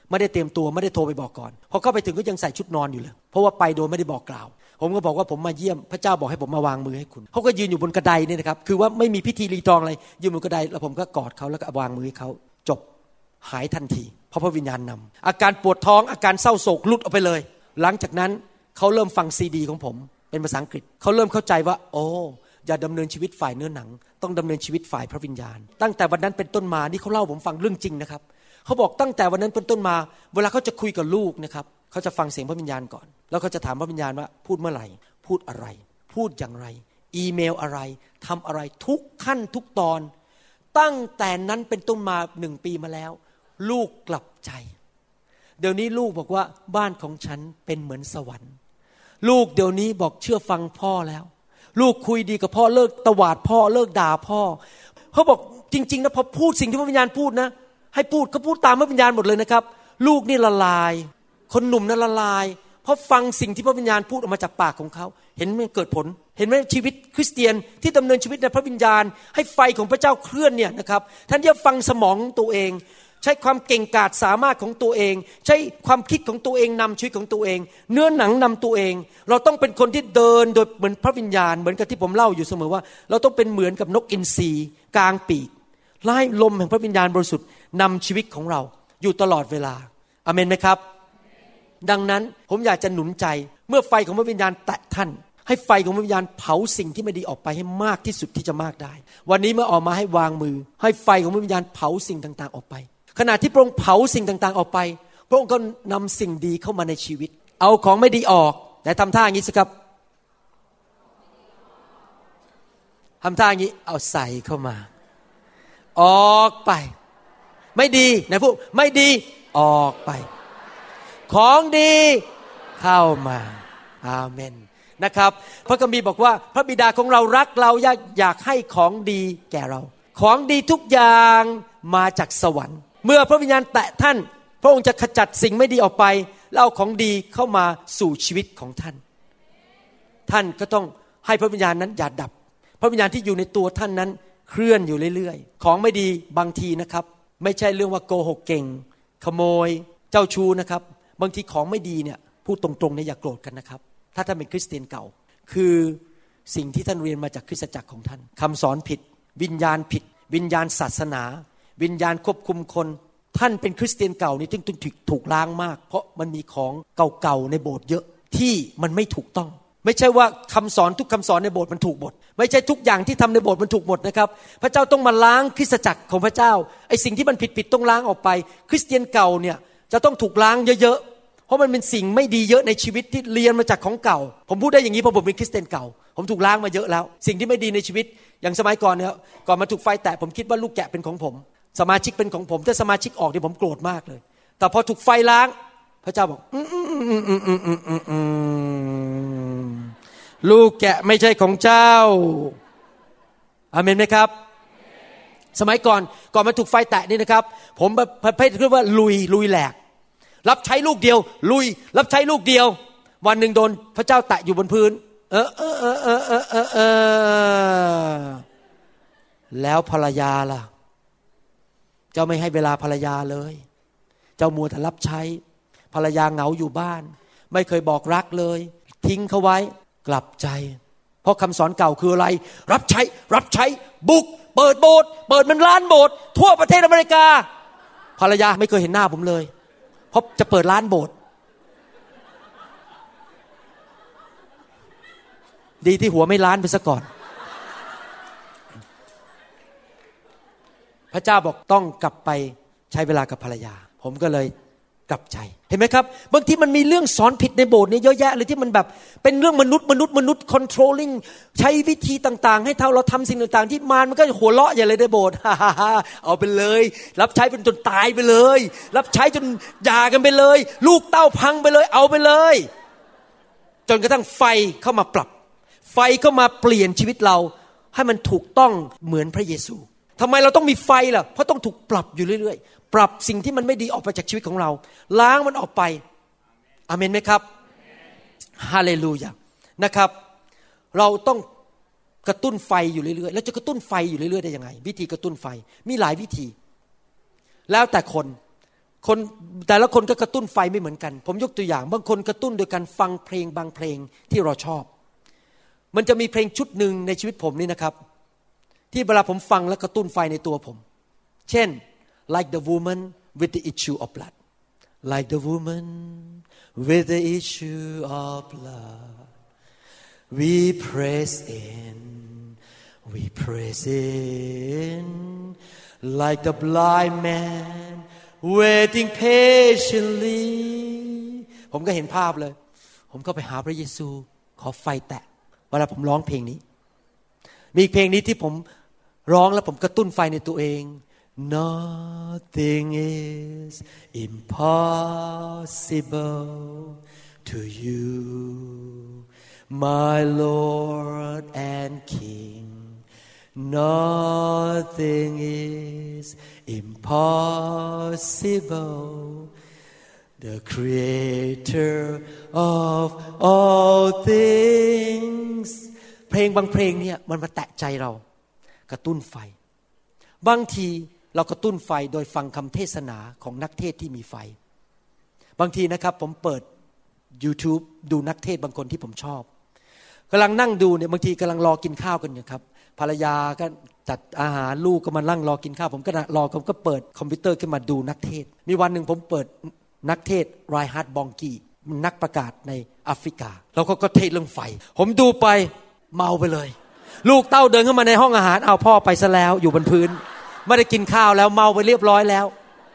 ไม่ได้เตรียมตัวไม่ได้โทรไปบอกก่อนพอเข้าไปถึงก็ยังใส่ชุดนอนอยู่เลยเพราะว่าไปโดยไม่ได้บอกกล่าวผมก็บอกว่าผมมาเยี่ยมพระเจ้าบอกให้ผมมาวางมือให้คุณเขาก็ยืนอยู่บนกระไดนี่นะครับคือว่าไม่มีพิธีรีตองอะไรยืนบนกระไดแล้วผมก็กอดเขาแล้วก็วางมือให้เขาจบหายทันทีเพราะพระวิญญาณนำอาการปวดท้องอาการเศร้าโศกหลุดออกไปเลยหลังจากนั้นเขาเริ่มฟังซีดีของผมเป็นภาษาอังกฤษเขาเริ่มเข้าใจว่าโอ้อย่าดำเนินชีวิตฝ่ายเนื้อหนังต้องดำเนินชีวิตฝ่ายพระวิญญาณตั้งแต่วันนั้นเป็นต้นมานี่เขาเล่าผมฟังเรื่องจริงนะครับเขาบอกตั้งแต่วันนั้นเป็นต้นมาเวลาเขาจะคุยกับลูกนะครับเขาจะฟังเสียงพระวิญญาณก่อนแล้วเขาจะถามพระวิญญาณว่าพูดเมื่อไหร่พูดอะไรพูดอย่างไรอีเมลอะไรทำอะไรทุกขั้นทุกตอนตั้งแต่นั้นเป็นต้นมาหนึ่งปีมาแล้วลูกกลับใจเดี๋ยวนี้ลูกบอกว่าบ้านของฉันเป็นเหมือนสวรรค์ลูกเดี๋ยวนี้บอกเชื่อฟังพ่อแล้วลูกคุยดีกับพ่อเลิกตวาดพ่อเลิกด่าพ่อเขาบอกจริงๆนะพอพูดสิ่งที่พระวิญญาณพูดนะให้พูดเขาพูดตามพระวิญญาณหมดเลยนะครับลูกนี่ละลายคนหนุ่มนั่นละลายเพราะฟังสิ่งที่พระวิญญาณพูดออกมาจากปากของเขาเห็นมันเกิดผลเห็นไหมชีวิตคริสเตียนที่ดำเนินชีวิตในพระวิญญาณให้ไฟของพระเจ้าเคลื่อนเนี่ยนะครับท่านอย่าฟังสมองตัวเองใช้ความเก่งกาจสามารถของตัวเองใช้ความคิดของตัวเองนำชีวิตของตัวเองเนื้อหนังนำตัวเองเราต้องเป็นคนที่เดินโดยเหมือนพระวิญญาณเหมือนกับที่ผมเล่าอยู่เสมอว่าเราต้องเป็นเหมือนกับนกอินทรีกลางปีกไล่ลมแห่งพระวิญญาณบริสุทธิ์นำชีวิตของเราอยู่ตลอดเวลาอาเมนไหมครับดังนั้นผมอยากจะหนุนใจเมื่อไฟของพระวิญญาณแตะท่านให้ไฟของพระวิญญาณเผาสิ่งที่ไม่ดีออกไปให้มากที่สุดที่จะมากได้วันนี้เมื่อออกมาให้วางมือให้ไฟของพระวิญญาณเผาสิ่งต่างๆออกไปขณะที่พระองค์เผาสิ่งต่างๆออกไปพระองค์ก็นำสิ่งดีเข้ามาในชีวิตเอาของไม่ดีออกแต่ทำท่าอย่างนี้สิครับทำท่าอย่างนี้เอาใส่เข้ามาออกไปไม่ดีไหนพูดไม่ดีออกไปของดีเข้ามาอาเมนนะครับพระคัมภีร์บอกว่าพระบิดาของเรารักเราอยากให้ของดีแก่เราของดีทุกอย่างมาจากสวรรค์เมื่อพระวิญญาณแตะท่านพระองค์จะขจัดสิ่งไม่ดีออกไปแล้วเอาของดีเข้ามาสู่ชีวิตของท่านท่านก็ต้องให้พระวิญญาณนั้นอย่าดับพระวิญญาณที่อยู่ในตัวท่านนั้นเคลื่อนอยู่เรื่อยๆของไม่ดีบางทีนะครับไม่ใช่เรื่องว่าโกหกเก่งขโมยเจ้าชู้นะครับบางทีของไม่ดีเนี่ยพูดตรงๆเนี่ยอย่าโกรธกันนะครับถ้าท่านเป็นคริสเตียนเก่าคือสิ่งที่ท่านเรียนมาจากคริสตจักรของท่านคำสอนผิดวิญญาณผิดวิญญาณศาสนาวิญญาณควบคุมคนท่านเป็นคริสเตียนเก่านี่จึงถูกถูกล้างมากเพราะมันมีของเก่าๆในโบสถ์เยอะที่มันไม่ถูกต้องไม่ใช่ว่าคำสอนทุกคำสอนในโบสถ์มันถูกหมดไม่ใช่ทุกอย่างที่ทำในโบสถ์มันถูกหมดนะครับพระเจ้าต้องมาล้างคริสตจักรของพระเจ้าไอ้สิ่งที่มันผิดๆต้องล้างออกไปคริสเตียนเก่าเนี่ยจะต้องถูกล้างเยอะๆเพราะมันเป็นสิ่งไม่ดีเยอะในชีวิตที่เรียนมาจากของเก่าผมพูดได้อย่างนี้เพราะผมเป็นคริสเตียนเก่าผมถูกล้างมาเยอะแล้วสิ่งที่ไม่ดีในชีวิตอย่างสมัยก่อนเนี่ยก่อนมาถูกไฟแตะผมคิดว่าลูกแกะเป็นของผมสมาชิกเป็นของผมถ้าสมาชิกออกเนี่ยผมโกรธมากเลยแต่พอถูกไฟล้างพระเจ้าบอกลูกแกะไม่ใช่ของเจ้าอาเมนไหมครับสมัยก่อนก่อนมาถูกไฟแตะนี่นะครับผมประเภทเรียกว่าลุยลุยแหลกรับใช้ลูกเดียวลุยรับใช้ลูกเดียววันหนึ่งโดนพระเจ้าแตะอยู่บนพื้นเออเออเออเออเออเออเออแล้วภรรยาล่ะเจ้าไม่ให้เวลาภรรยาเลยเจ้ามัวแต่รับใช้ภรรยาเหงาอยู่บ้านไม่เคยบอกรักเลยทิ้งเขาไว้กลับใจเพราะคำสอนเก่าคืออะไรรับใช้รับใช้บุกเปิดโบสถ์เปิดมันร้านโบสถ์ทั่วประเทศอเมริกาภรรยาไม่เคยเห็นหน้าผมเลยเพราะจะเปิดร้านโบสถ์ดีที่หัวไม่ล้านไปซะก่อนพระเจ้าบอกต้องกลับไปใช้เวลากับภรรยาผมก็เลยกลับใจเห็นไหมครับบางทีมันมีเรื่องสอนผิดในโบสถ์เนี่ยเยอะแยะเลยที่มันแบบเป็นเรื่องมนุษย์มนุษย์มนุษย์ controlling ใช้วิธีต่างๆให้เราทำสิ่งต่างๆที่มารมันก็หัวเราะอย่างเลยในโบสถ์ เอาไปเลยรับใช้เป็นจนตายไปเลยรับใช้จนหย่ากันไปเลยลูกเต้าพังไปเลยเอาไปเลยจนกระทั่งไฟเข้ามาปรับไฟเข้ามาเปลี่ยนชีวิตเราให้มันถูกต้องเหมือนพระเยซูทำไมเราต้องมีไฟล่ะเพราะต้องถูกปรับอยู่เรื่อยๆปรับสิ่งที่มันไม่ดีออกไปจากชีวิตของเราล้างมันออกไปอาเมนไหมครับฮาเลลูยานะครับเราต้องกระตุ้นไฟอยู่เรื่อยๆแล้วจะกระตุ้นไฟอยู่เรื่อยๆได้ยังไงวิธีกระตุ้นไฟมีหลายวิธีแล้วแต่คนคนแต่ละคนก็กระตุ้นไฟไม่เหมือนกันผมยกตัวอย่างบางคนกระตุ้นโดยการฟังเพลงบางเพลงที่เราชอบมันจะมีเพลงชุดหนึ่งในชีวิตผมนี่นะครับที่เวลาผมฟังแล้วกระตุ้นไฟในตัวผมเช่น like the woman with the issue of blood like the woman with the issue of blood we press in we press in like the blind man waiting patiently ผมก็เห็นภาพเลยผมก็ไปหาพระเยซูขอไฟแตะเวลาผมร้องเพลงนี้มีอีกเพลงนี้ที่ผมร้องแล้วผมกระตุ้นไฟในตัวเอง Nothing is impossible to you my Lord and King Nothing is impossible The Creator of all things เพลงบางเพลงเนี่ยมันมาแตะใจเรากระตุ้นไฟบางทีเรากระตุ้นไฟโดยฟังคำเทศนาของนักเทศที่มีไฟบางทีนะครับผมเปิด YouTube ดูนักเทศบางคนที่ผมชอบกำลังนั่งดูเนี่ยบางทีกำลังรอกินข้าวกันอยู่ครับภรรยาก็จัดอาหารลูกก็มานั่งรอกินข้าวผมก็รอผมก็เปิดคอมพิวเตอร์ขึ้นมาดูนักเทศมีวันหนึ่งผมเปิดนักเทศไรฮาร์ดบองกีนักประกาศในแอฟริกาแล้วเขาก็เทศเรื่องไฟผมดูไปเมาไปเลยลูกเต้าเดินเข้ามาในห้องอาหารเอาพ่อไปซะแล้วอยู่บนพื้นไม่ได้กินข้าวแล้วเมาไปเรียบร้อยแล้ว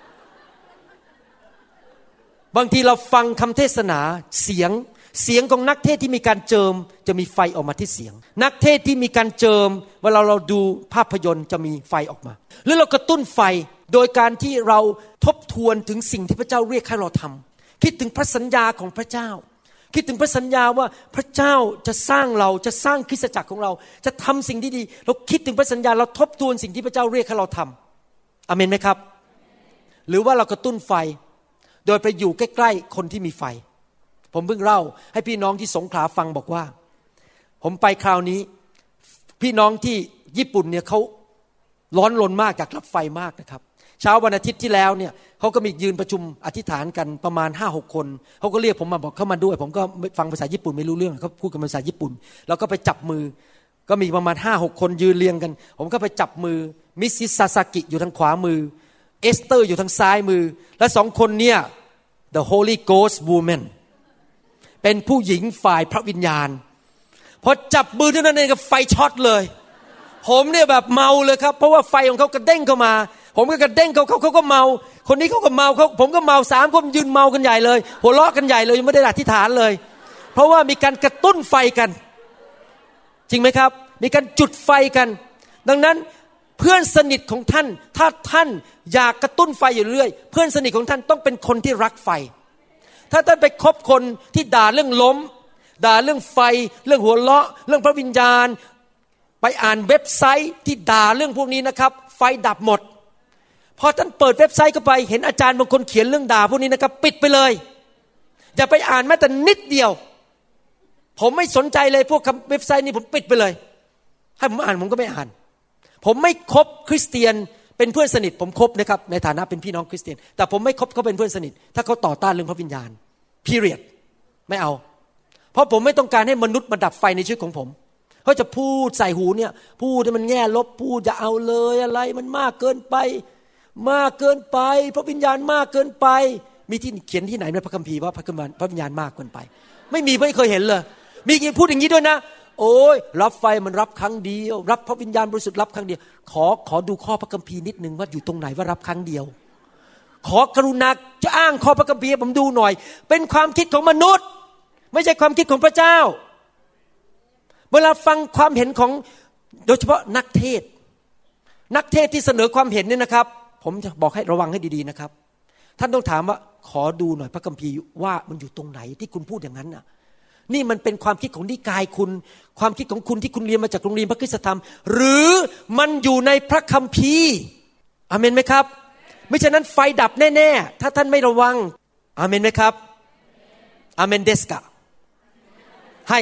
บางทีเราฟังคำเทศนาเสียงเสียงของนักเทศที่มีการเจิมจะมีไฟออกมาที่เสียงนักเทศที่มีการเจิมเวลาเราดูภาพยนตร์จะมีไฟออกมาหรือเรากระตุ้นไฟโดยการที่เราทบทวนถึงสิ่งที่พระเจ้าเรียกให้เราทำคิดถึงพระสัญญาของพระเจ้าคิดถึงพระสัญญาว่าพระเจ้าจะสร้างเราจะสร้างคริสตจักรของเราจะทำสิ่งที่ดีเราคิดถึงพระสัญญาเราทบทวนสิ่งที่พระเจ้าเรียกให้เราทำอาเมนไหมครับหรือว่าเรากระตุ้นไฟโดยไปอยู่ใกล้ๆคนที่มีไฟผมเพิ่งเล่าให้พี่น้องที่สงขลาฟังบอกว่าผมไปคราวนี้พี่น้องที่ญี่ปุ่นเนี่ยเขาร้อนรนมากอยากรับไฟมากนะครับเช้าวันอาทิตย์ที่แล้วเนี่ยเขาก็มียืนประชุมอธิษฐานกันประมาณ ห้าหก คนเขาก็เรียกผมมาบอกเข้ามาด้วยผมก็ฟังภาษาญี่ปุ่นไม่รู้เรื่องเขาพูดกันภาษาญี่ปุ่นแล้วก็ไปจับมือก็มีประมาณ ห้าหก คนยืนเรียงกันผมก็ไปจับมือมิสซิสซาซากิอยู่ทางขวามือเอสเตอร์อยู่ทางซ้ายมือและสองคนเนี่ย the Holy Ghost woman เป็นผู้หญิงฝ่ายพระวิญญาณพอจับมือเท่านั้นเองก็ไฟช็อตเลยผมเนี่ยแบบเมาเลยครับเพราะว่าไฟของเขากระเด้งเข้ามาผมก็กระเด้งเขาเขาเขาก็เมาคนนี้เขาก็เมาเขาผมก็เมาสามคนยืนเมากันใหญ่เลยหัวเราะกันใหญ่เลยยังไม่ได้อธิษฐานเลยเพราะว่ามีการกระตุ้นไฟกันจริงไหมครับมีการจุดไฟกันดังนั้นเพื่อนสนิทของท่านถ้าท่านอยากกระตุ้นไฟอยู่เรื่อยเพื่อนสนิทของท่านต้องเป็นคนที่รักไฟถ้าท่านไปคบคนที่ด่าเรื่องล้มด่าเรื่องไฟเรื่องหัวเราะเรื่องพระวิญญาณไปอ่านเว็บไซต์ที่ด่าเรื่องพวกนี้นะครับไฟดับหมดพอท่านเปิดเว็บไซต์เข้าไปเห็นอาจารย์บางคนเขียนเรื่องด่าพวกนี้นะครับปิดไปเลยอย่าไปอ่านแม้แต่นิดเดียวผมไม่สนใจเลยพวกเว็บไซต์นี้ผมปิดไปเลยให้ผมอ่านผมก็ไม่อ่านผมไม่คบคริสเตียนเป็นเพื่อนสนิทผมคบนะครับในฐานะเป็นพี่น้องคริสเตียนแต่ผมไม่คบเขาเป็นเพื่อนสนิทถ้าเขาต่อต้านเรื่องพระวิญญาณ period ไม่เอาเพราะผมไม่ต้องการให้มนุษย์มาดับไฟในชีวิตของผมเขาจะพูดใส่หูเนี่ยพูดให้มันแง่ลบพูดจะเอาเลยอะไรมันมากเกินไปมากเกินไปพระวิญญาณมากเกินไปมีที่เขียนที่ไหนในพระคัมภีร์ว่าพระพระวิญญาณมากเกินไปไม่มีไม่เคยเห็นเลยมีพูดอย่างนี้ด้วยนะโอ้ยรับไฟมันรับครั้งเดียวรับพระวิญญาณบริสุทธิ์รับครั้งเดียวขอขอดูข้อพระคัมภีร์นิดนึงว่าอยู่ตรงไหนว่ารับครั้งเดียวขอกรุณาจะอ้างข้อพระคัมภีร์ผมดูหน่อยเป็นความคิดของมนุษย์ไม่ใช่ความคิดของพระเจ้าเวลาฟังความเห็นของโดยเฉพาะนักเทศนักเทศที่เสนอความเห็นเนี่ยนะครับผมจะบอกให้ระวังให้ดีๆนะครับท่านต้องถามว่าขอดูหน่อยพระคัมภีร์ว่ามันอยู่ตรงไหนที่คุณพูดอย่างนั้นน่ะนี่มันเป็นความคิดของนิกายคุณความคิดของคุณที่คุณเรียนมาจากโรงเรียนพระคริสตธรรมหรือมันอยู่ในพระคัมภีร์อาเมนไหมครับไม่ฉะนั้นไฟดับแน่ๆถ้าท่านไม่ระวังอาเมนไหมครับอาเมนเดสกะให้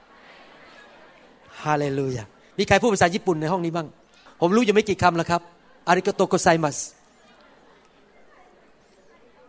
ฮาเลลูยามีใครพูดภาษาญี่ปุ่นในห้องนี้บ้างผมรู้อยู่ไม่กี่คำแล้วครับอาริโกโตโกไซมัส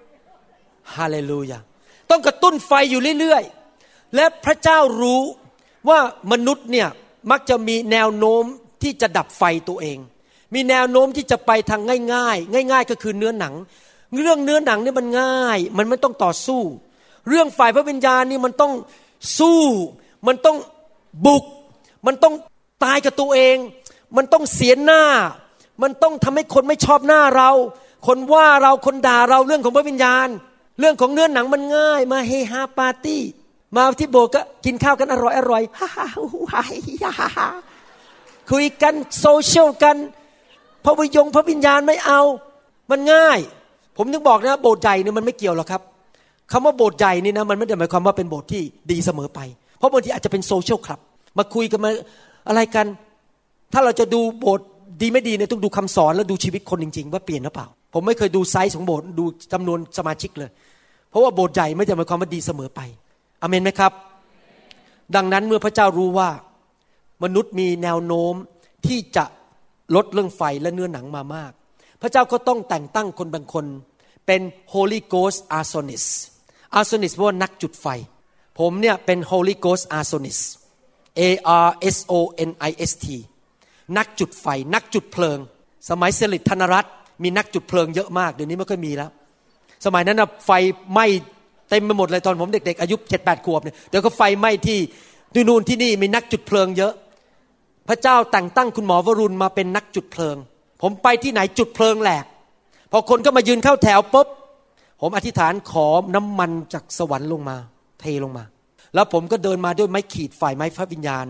ฮาเลลูยาต้องกระตุ้นไฟอยู่เรื่อยๆและพระเจ้ารู้ว่ามนุษย์เนี่ยมักจะมีแนวโน้มที่จะดับไฟตัวเองมีแนวโน้มที่จะไปทางง่ายๆง่ายๆก็คือเนื้อหนังเรื่องเนื้อหนังนี่มันง่ายมันไม่ต้องต่อสู้เรื่องฝ่ายพระวิญญาณนี่มันต้องสู้มันต้องบุกมันต้องตายกับตัวเองมันต้องเสียหน้ามันต้องทำให้คนไม่ชอบหน้าเราคนว่าเราคนด่าเราเรื่องของพระวิญญาณเรื่องของเนื้อหนังมันง่ายมาเฮฮาปาร์ตี้มาที่โบสถ์ก็กินข้าวกันอร่อยอร่อยฮ่าฮ่าฮ่าฮ่าคุยกันโซเชียลกันพระวิญญาณพระวิญญาณไม่เอามันง่ายผมถึงบอกนะโบสถ์ใหญ่เนี่ยมันไม่เกี่ยวหรอกครับคำว่าโบสถ์ใหญ่นี่นะมันไม่ได้หมายความว่าเป็นโบสถ์ที่ดีเสมอไปเพราะบางทีอาจจะเป็นโซเชียลคลับมาคุยกันมาอะไรกันถ้าเราจะดูโบสถ์ดีไม่ดีเนี่ยต้องดูคำสอนแล้วดูชีวิตคนจริงๆว่าเปลี่ยนหรือเปล่าผมไม่เคยดูไซส์ของโบสถ์ดูจำนวนสมาชิกเลยเพราะว่าโบสถ์ใหญ่ไม่ได้หมายความว่าดีเสมอไปอาเมนไหมครับดังนั้นเมื่อพระเจ้ารู้ว่ามนุษย์มีแนวโน้มที่จะลดเรื่องไฟและเนื้อหนังมามากพระเจ้าก็ต้องแต่งตั้งคนบางคนเป็น Holy Ghost Arsonist Arsonist แปลว่านักจุดไฟผมเนี่ยเป็น Holy Ghost Arsonist A R S O N I S T นักจุดไฟนักจุดเพลิงสมัยเสลิดธนรัตน์มีนักจุดเพลิงเยอะมากเดี๋ยวนี้ไม่ค่อยมีแล้วสมัยนั้นนะไฟไหม้เต็มไปหมดเลยตอนผมเด็กๆอายุ เจ็ดแปด ขวบเนี่ยเดี๋ยวก็ไฟไหม้ที่นู่นที่นี่มีนักจุดเพลิงเยอะพระเจ้าแต่งตั้งคุณหมอวรุณมาเป็นนักจุดเพลิงผมไปที่ไหนจุดเพลิงแหลกพอคนก็มายืนเข้าแถวปุ๊บผมอธิษฐานขอน้ำมันจากสวรรค์ลงมาเทลงมาแล้วผมก็เดินมาด้วยไม้ขีดฝ่ายไม้พระวิญญาณ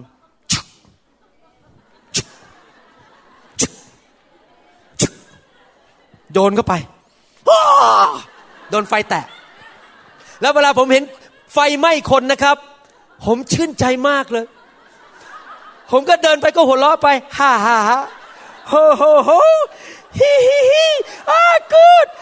โยนเข้าไปโดนไฟแตะแล้วเวลาผมเห็นไฟไหม้คนนะครับผมชื่นใจมากเลยผมก็เดินไปก็หัวเราะไปฮ่าฮ่าฮ่าโฮโฮโฮฮิฮิฮิอ่ากูด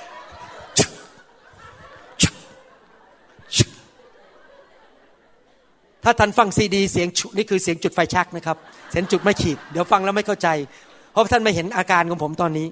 ถ้าท่านฟังซีดีเสียงชุนี่คือเสียงจุดไฟแช็กนะครับเสียงจุดไม่ขีดเดี๋ยวฟังแล้วไม่เข้าใจเพราะท่านไม่เห็นอาการของผมตอนนี้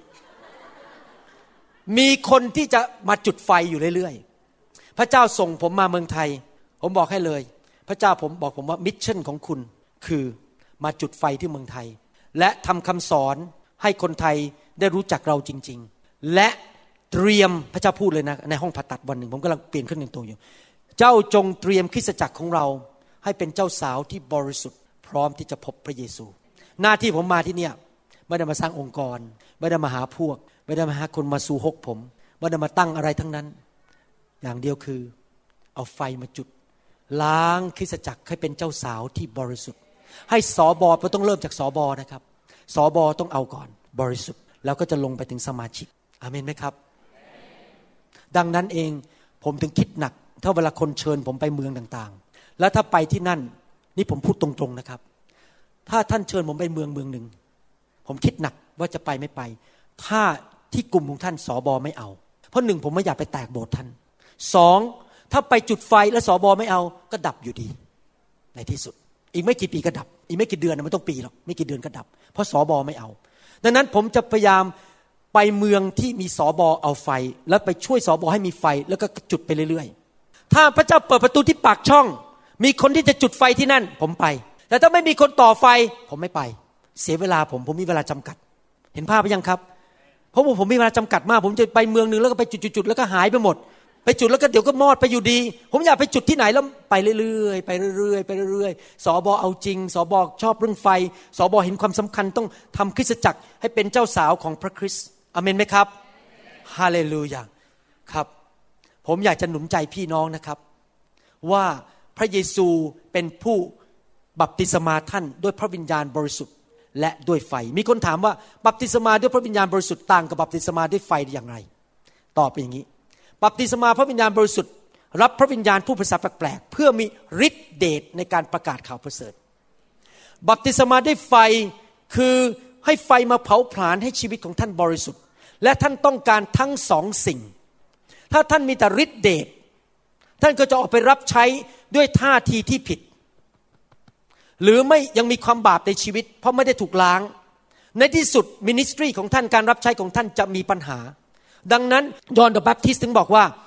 มีคนที่จะมาจุดไฟอยู่เรื่อยๆพระเจ้าส่งผมมาเมืองไทยผมบอกให้เลยพระเจ้าผมบอกผมว่ามิชชั่นของคุณคือมาจุดไฟที่เมืองไทยและทำคำสอนให้คนไทยได้รู้จักเราจริงๆและเตรียมพระเจ้าพูดเลยนะในห้องผ่าตัดวันหนึ่งผมกำลังเปลี่ยนเครื่องแต่งตัวอยู่เจ้าจงเตรียมคริสตจักรของเราให้เป็นเจ้าสาวที่บริสุทธิ์พร้อมที่จะพบพระเยซูหน้าที่ผมมาที่เนี่ยไม่ได้มาสร้างองค์กรไม่ได้มาหาพวกไม่ได้มาหาคนมาสู่ฮกผมไม่ได้มาตั้งอะไรทั้งนั้นอย่างเดียวคือเอาไฟมาจุดล้างคริสตจักรให้เป็นเจ้าสาวที่บริสุทธิ์ให้สบเราต้องเริ่มจากสบนะครับสบต้องเอาก่อนบริสุทธิ์แล้วก็จะลงไปถึงสมาชิกอาเมนไหมครับดังนั้นเองผมถึงคิดหนักถ้าเวลาคนเชิญผมไปเมืองต่างๆแล้วถ้าไปที่นั่นนี่ผมพูดตรงๆนะครับถ้าท่านเชิญผมไปเมืองเมืองหนึ่งผมคิดหนักว่าจะไปไม่ไปถ้าที่กลุ่มของท่านสบไม่เอาเพราะหนึ่งผมไม่อยากไปแตกโบสถ์ท่านสองถ้าไปจุดไฟแล้วสบไม่เอาก็ดับอยู่ดีในที่สุดอีกไม่กี่ปีก็ดับอีกไม่กี่เดือนนะไม่ต้องปีหรอกไม่กี่เดือนก็ดับเพราะสบไม่เอาดังนั้นผมจะพยายามไปเมืองที่มีสบเอาไฟแล้วไปช่วยสบให้มีไฟแล้วก็จุดไปเรื่อยๆถ้าพระเจ้าเปิดประตูที่ปากช่องมีคนที่จะจุดไฟที่นั่นผมไปแต่ถ้าไม่มีคนต่อไฟผมไม่ไปเสียเวลาผมผมมีเวลาจำกัดเห็นภาพไหมยังครับเพราะว่าผมมีเวลาจำกัดมากผมจะไปเมืองนึงแล้วก็ไปจุดๆๆแล้วก็หายไปหมดไปจุดแล้วก็เดี๋ยวก็มอดไปอยู่ดีผมอยากไปจุดที่ไหนแล้วไปเรื่อยๆไปเรื่อยๆไปเรื่อยๆสบเอาจริงสบชอบเรื่องไฟสบเห็นความสำคัญต้องทำคริสตจักรให้เป็นเจ้าสาวของพระคริสต์อาเมนไหมครับฮาเลลูยาครับผมอยากจะหนุนใจพี่น้องนะครับว่าพระเยซูเป็นผู้บัพติศมาท่านด้วยพระวิญญาณบริสุทธิ์และด้วยไฟมีคนถามว่าบัพติศมาด้วยพระวิญญาณบริสุทธิ์ต่างกับบัพติศมาด้วยไฟอย่างไรตอบเป็นอย่างนี้บัพติศมาพระวิญญาณบริสุทธิ์รับพระวิญญาณผู้ภาษาแปลกๆเพื่อมีฤทธิ์เดชในการประกาศข่าวประเสริฐบัพติศมาด้วยไฟคือให้ไฟมาเผาผลาญให้ชีวิตของท่านบริสุทธิ์และท่านต้องการทั้งสองสิ่งถ้าท่านมีแต่ฤทธิ์เดชท่านก็จะออกไปรับใช้ด้วยท่าทีที่ผิดหรือไม่ยังมีความบาปในชีวิตเพราะไม่ได้ถูกล้างในที่สุดมินิสทรีของท่านการรับใช้ของท่านจะมีปัญหาดังนั้นยอห์นเดอะแบปทิสต์ถึงบอกว่า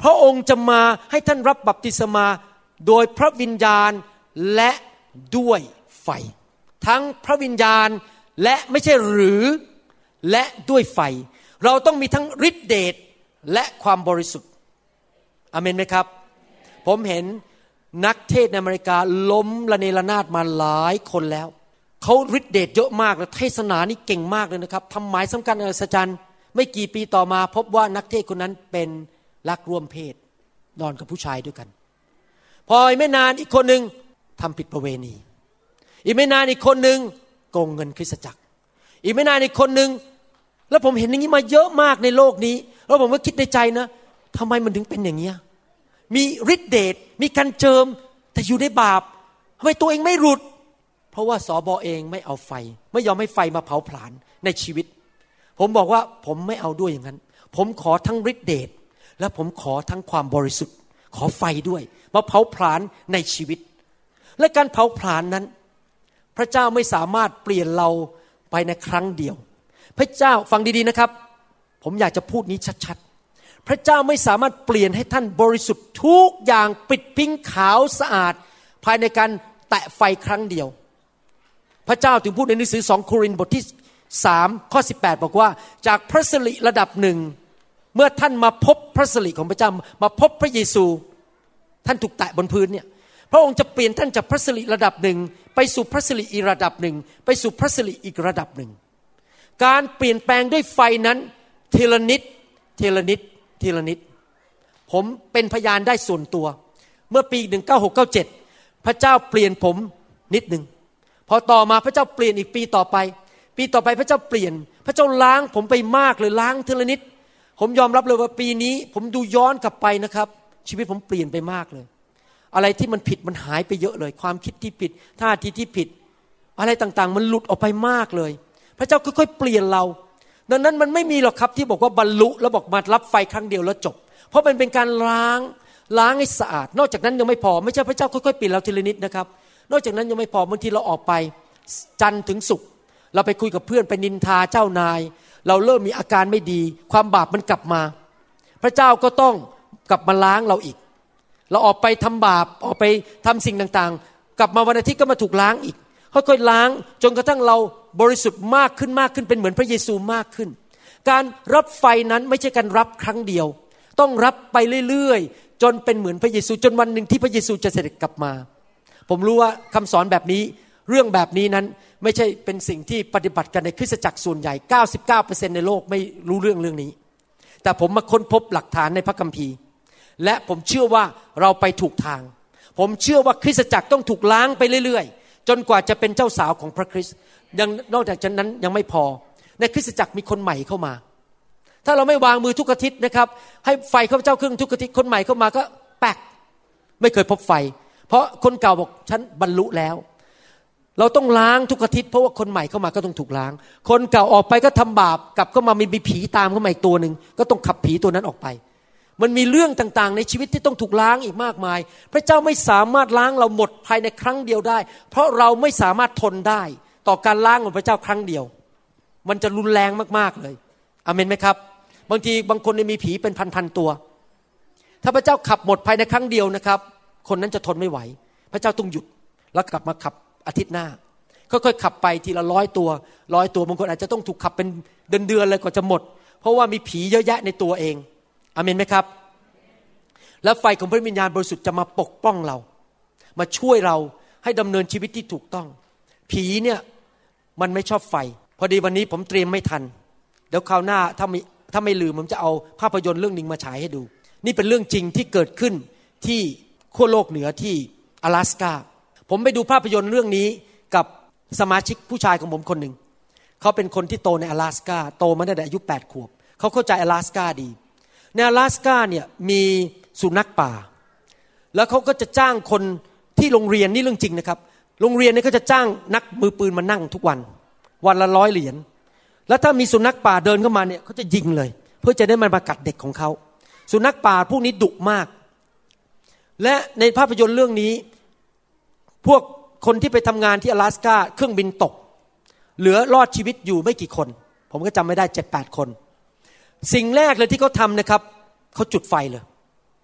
พระองค์จะมาให้ท่านรับบัพติศมาโดยพระวิญญาณและด้วยไฟทั้งพระวิญญาณและไม่ใช่หรือและด้วยไฟเราต้องมีทั้งฤทธิเดชและความบริสุทธิ์อาเมนไหมครับผมเห็นนักเทศในอเมริกาล้มระเนระนาดมาหลายคนแล้วเขาฤทธิเดชเยอะมากและเทศนานี่เก่งมากเลยนะครับทำหมายสำคัญอัศจรรย์ไม่กี่ปีต่อมาพบว่านักเทศคนนั้นเป็นรักร่วมเพศนอนกับผู้ชายด้วยกันพออีกไม่นานอีกคนนึงทำผิดประเวณีอีกไม่นานอีกคนนึงโกงเงินคริสตจักรอีกไม่นานอีกคนนึงแล้วผมเห็นอย่างนี้มาเยอะมากในโลกนี้แล้วผมก็คิดในใจนะทำไมมันถึงเป็นอย่างนี้มีฤทธิเดชมีการเจิมแต่อยู่ในบาปทำไมตัวเองไม่หลุดเพราะว่าสบเองไม่เอาไฟไม่ยอมให้ไฟมาเผาผลาญในชีวิตผมบอกว่าผมไม่เอาด้วยอย่างนั้นผมขอทั้งฤทธิเดชและผมขอทั้งความบริสุทธิ์ขอไฟด้วยมาเผาผลาญในชีวิตและการเผาผลาญนั้นพระเจ้าไม่สามารถเปลี่ยนเราไปในครั้งเดียวพระเจ้าฟังดีๆนะครับผมอยากจะพูดนี้ชัดๆพระเจ้าไม่สามารถเปลี่ยนให้ท่านบริสุทธิ์ทุกอย่างปิดพิ้งขาวสะอาดภายในการแตะไฟครั้งเดียวพระเจ้าถึงพูดในหนังสือสองโครินธ์บทที่สามข้อสิบแปดบอกว่าจากพระสิริระดับหนึ่งเมื่อท่านมาพบพระสิริของพระเจ้ามาพบพระเยซูท่านถูกแตะบนพื้นเนี่ยพระองค์จะเปลี่ยนท่านจากพระสิริระดับหนึ่งไปสู่พระสิริอีกระดับหนึ่งไปสู่พระสิริอีกระดับหนึ่งการเปลี่ยนแปลงด้วยไฟนั้นทีละนิดทีละนิดทีละนิดผมเป็นพยานได้ส่วนตัวเมื่อปีหนึ่งเก้าหกเก้าเจ็ดพระเจ้าเปลี่ยนผมนิดนึงพอต่อมาพระเจ้าเปลี่ยนอีกปีต่อไปปีต่อไปพระเจ้าเปลี่ยนพระเจ้าล้างผมไปมากเลยล้างทีละนิดผมยอมรับเลยว่าปีนี้ผมดูย้อนกลับไปนะครับชีวิตผมเปลี่ยนไปมากเลยอะไรที่มันผิดมันหายไปเยอะเลยความคิดที่ผิดท่าทีที่ผิดอะไรต่างๆมันหลุดออกไปมากเลยพระเจ้าค่อยๆเปลี่ยนเราดังนั้นมันไม่มีหรอกครับที่บอกว่าบรรลุแล้วบอกมารับไฟครั้งเดียวแล้วจบเพราะมันเป็นการล้างล้างให้สะอาดนอกจากนั้นยังไม่พอไม่ใช่พระเจ้าค่อยๆเปลี่ยนเราทีละนิดนะครับนอกจากนั้นยังไม่พอบางทีเราออกไปจันทร์ถึงศุกร์เราไปคุยกับเพื่อนไปนินทาเจ้านายเราเริ่มมีอาการไม่ดีความบาปมันกลับมาพระเจ้าก็ต้องกลับมาล้างเราอีกเราออกไปทำบาปออกไปทำสิ่งต่างๆกลับมาวันอาทิตย์ก็มาถูกล้างอีกค่อยๆล้างจนกระทั่งเราบริสุทธิ์มากขึ้นมากขึ้นเป็นเหมือนพระเยซูมากขึ้นการรับไฟนั้นไม่ใช่การรับครั้งเดียวต้องรับไปเรื่อยๆจนเป็นเหมือนพระเยซูจนวันหนึ่งที่พระเยซูจะเสด็จกลับมาผมรู้ว่าคำสอนแบบนี้เรื่องแบบนี้นั้นไม่ใช่เป็นสิ่งที่ปฏิบัติกันในคริสตจักรส่วนใหญ่ เก้าสิบเก้าเปอร์เซ็นต์ ในโลกไม่รู้เรื่องเรื่องนี้แต่ผมมาค้นพบหลักฐานในพระคัมภีร์และผมเชื่อว่าเราไปถูกทางผมเชื่อว่าคริสตจักรต้องถูกล้างไปเรื่อยๆจนกว่าจะเป็นเจ้าสาวของพระคริสต์ยังนอกจากนั้นยังไม่พอในคริสตจักรมีคนใหม่เข้ามาถ้าเราไม่วางมือทุกอาทิตย์นะครับให้ไฟข้าพเจ้าเครื่องทุกอาทิตย์คนใหม่เข้ามาก็แปลกไม่เคยพบไฟเพราะคนเก่าบอกฉันบรรลุแล้วเราต้องล้างทุกอาทิตย์เพราะว่าคนใหม่เข้ามาก็ต้องถูกล้างคนเก่าออกไปก็ทำบาปกลับเข้ามามีผีตามเข้ามาอีกตัวนึงก็ต้องขับผีตัวนั้นออกไปมันมีเรื่องต่างๆในชีวิตที่ต้องถูกล้างอีกมากมายพระเจ้าไม่สามารถล้างเราหมดภายในครั้งเดียวได้เพราะเราไม่สามารถทนได้ต่อการล้างของพระเจ้าครั้งเดียวมันจะรุนแรงมากๆเลยอาเมนไหมครับบางทีบางคนมีผีเป็นพันๆตัวถ้าพระเจ้าขับหมดภายในครั้งเดียวนะครับคนนั้นจะทนไม่ไหวพระเจ้าต้องหยุดแล้วกลับมาขับอาทิตย์หน้าค่อยๆขับไปทีละร้อยตัวร้อยตัวบางคนอาจจะต้องถูกขับเป็นเดือนๆเลยกว่าจะหมดเพราะว่ามีผีเยอะแยะในตัวเองอาเมนไหมครับแล้วไฟของพระวิญญาณบริสุทธิ์จะมาปกป้องเรามาช่วยเราให้ดำเนินชีวิตที่ถูกต้องผีเนี่ยมันไม่ชอบไฟพอดีวันนี้ผมเตรียมไม่ทันเดี๋ยวคราวหน้าถ้าไม่ถ้าไม่ลืมผมจะเอาภาพยนตร์เรื่องนึงมาฉายให้ดูนี่เป็นเรื่องจริงที่เกิดขึ้นที่ขั้วโลกเหนือที่阿拉斯าผมไปดูภาพยนตร์เรื่องนี้กับสมาชิกผู้ชายของผมคนหนึ่งเขาเป็นคนที่โตใน阿拉斯าโตมาตั้งแต่อายุแปดขวบเขาเข้าใจ阿拉斯าดีใน阿拉斯าเนี่ยมีสุนัขป่าแล้วเขาก็จะจ้างคนที่โรงเรียนนี่เรื่องจริงนะครับโรงเรียนนี่เขาจะจ้างนักมือปืนมานั่งทุกวันวันละร้อยเหรียญแล้วถ้ามีสุนัขป่าเดินเข้ามาเนี่ยเขาจะยิงเลยเพื่อจะได้มากัดเด็กของเขาสุนัขป่าพวกนี้ดุมากและในภาพยนตร์เรื่องนี้พวกคนที่ไปทำงานที่阿拉斯าเครื่องบินตกเหลือรอดชีวิตอยู่ไม่กี่คนผมก็จำไม่ได้ เจ็ดแปด คนสิ่งแรกเลยที่เขาทำนะครับเขาจุดไฟเลย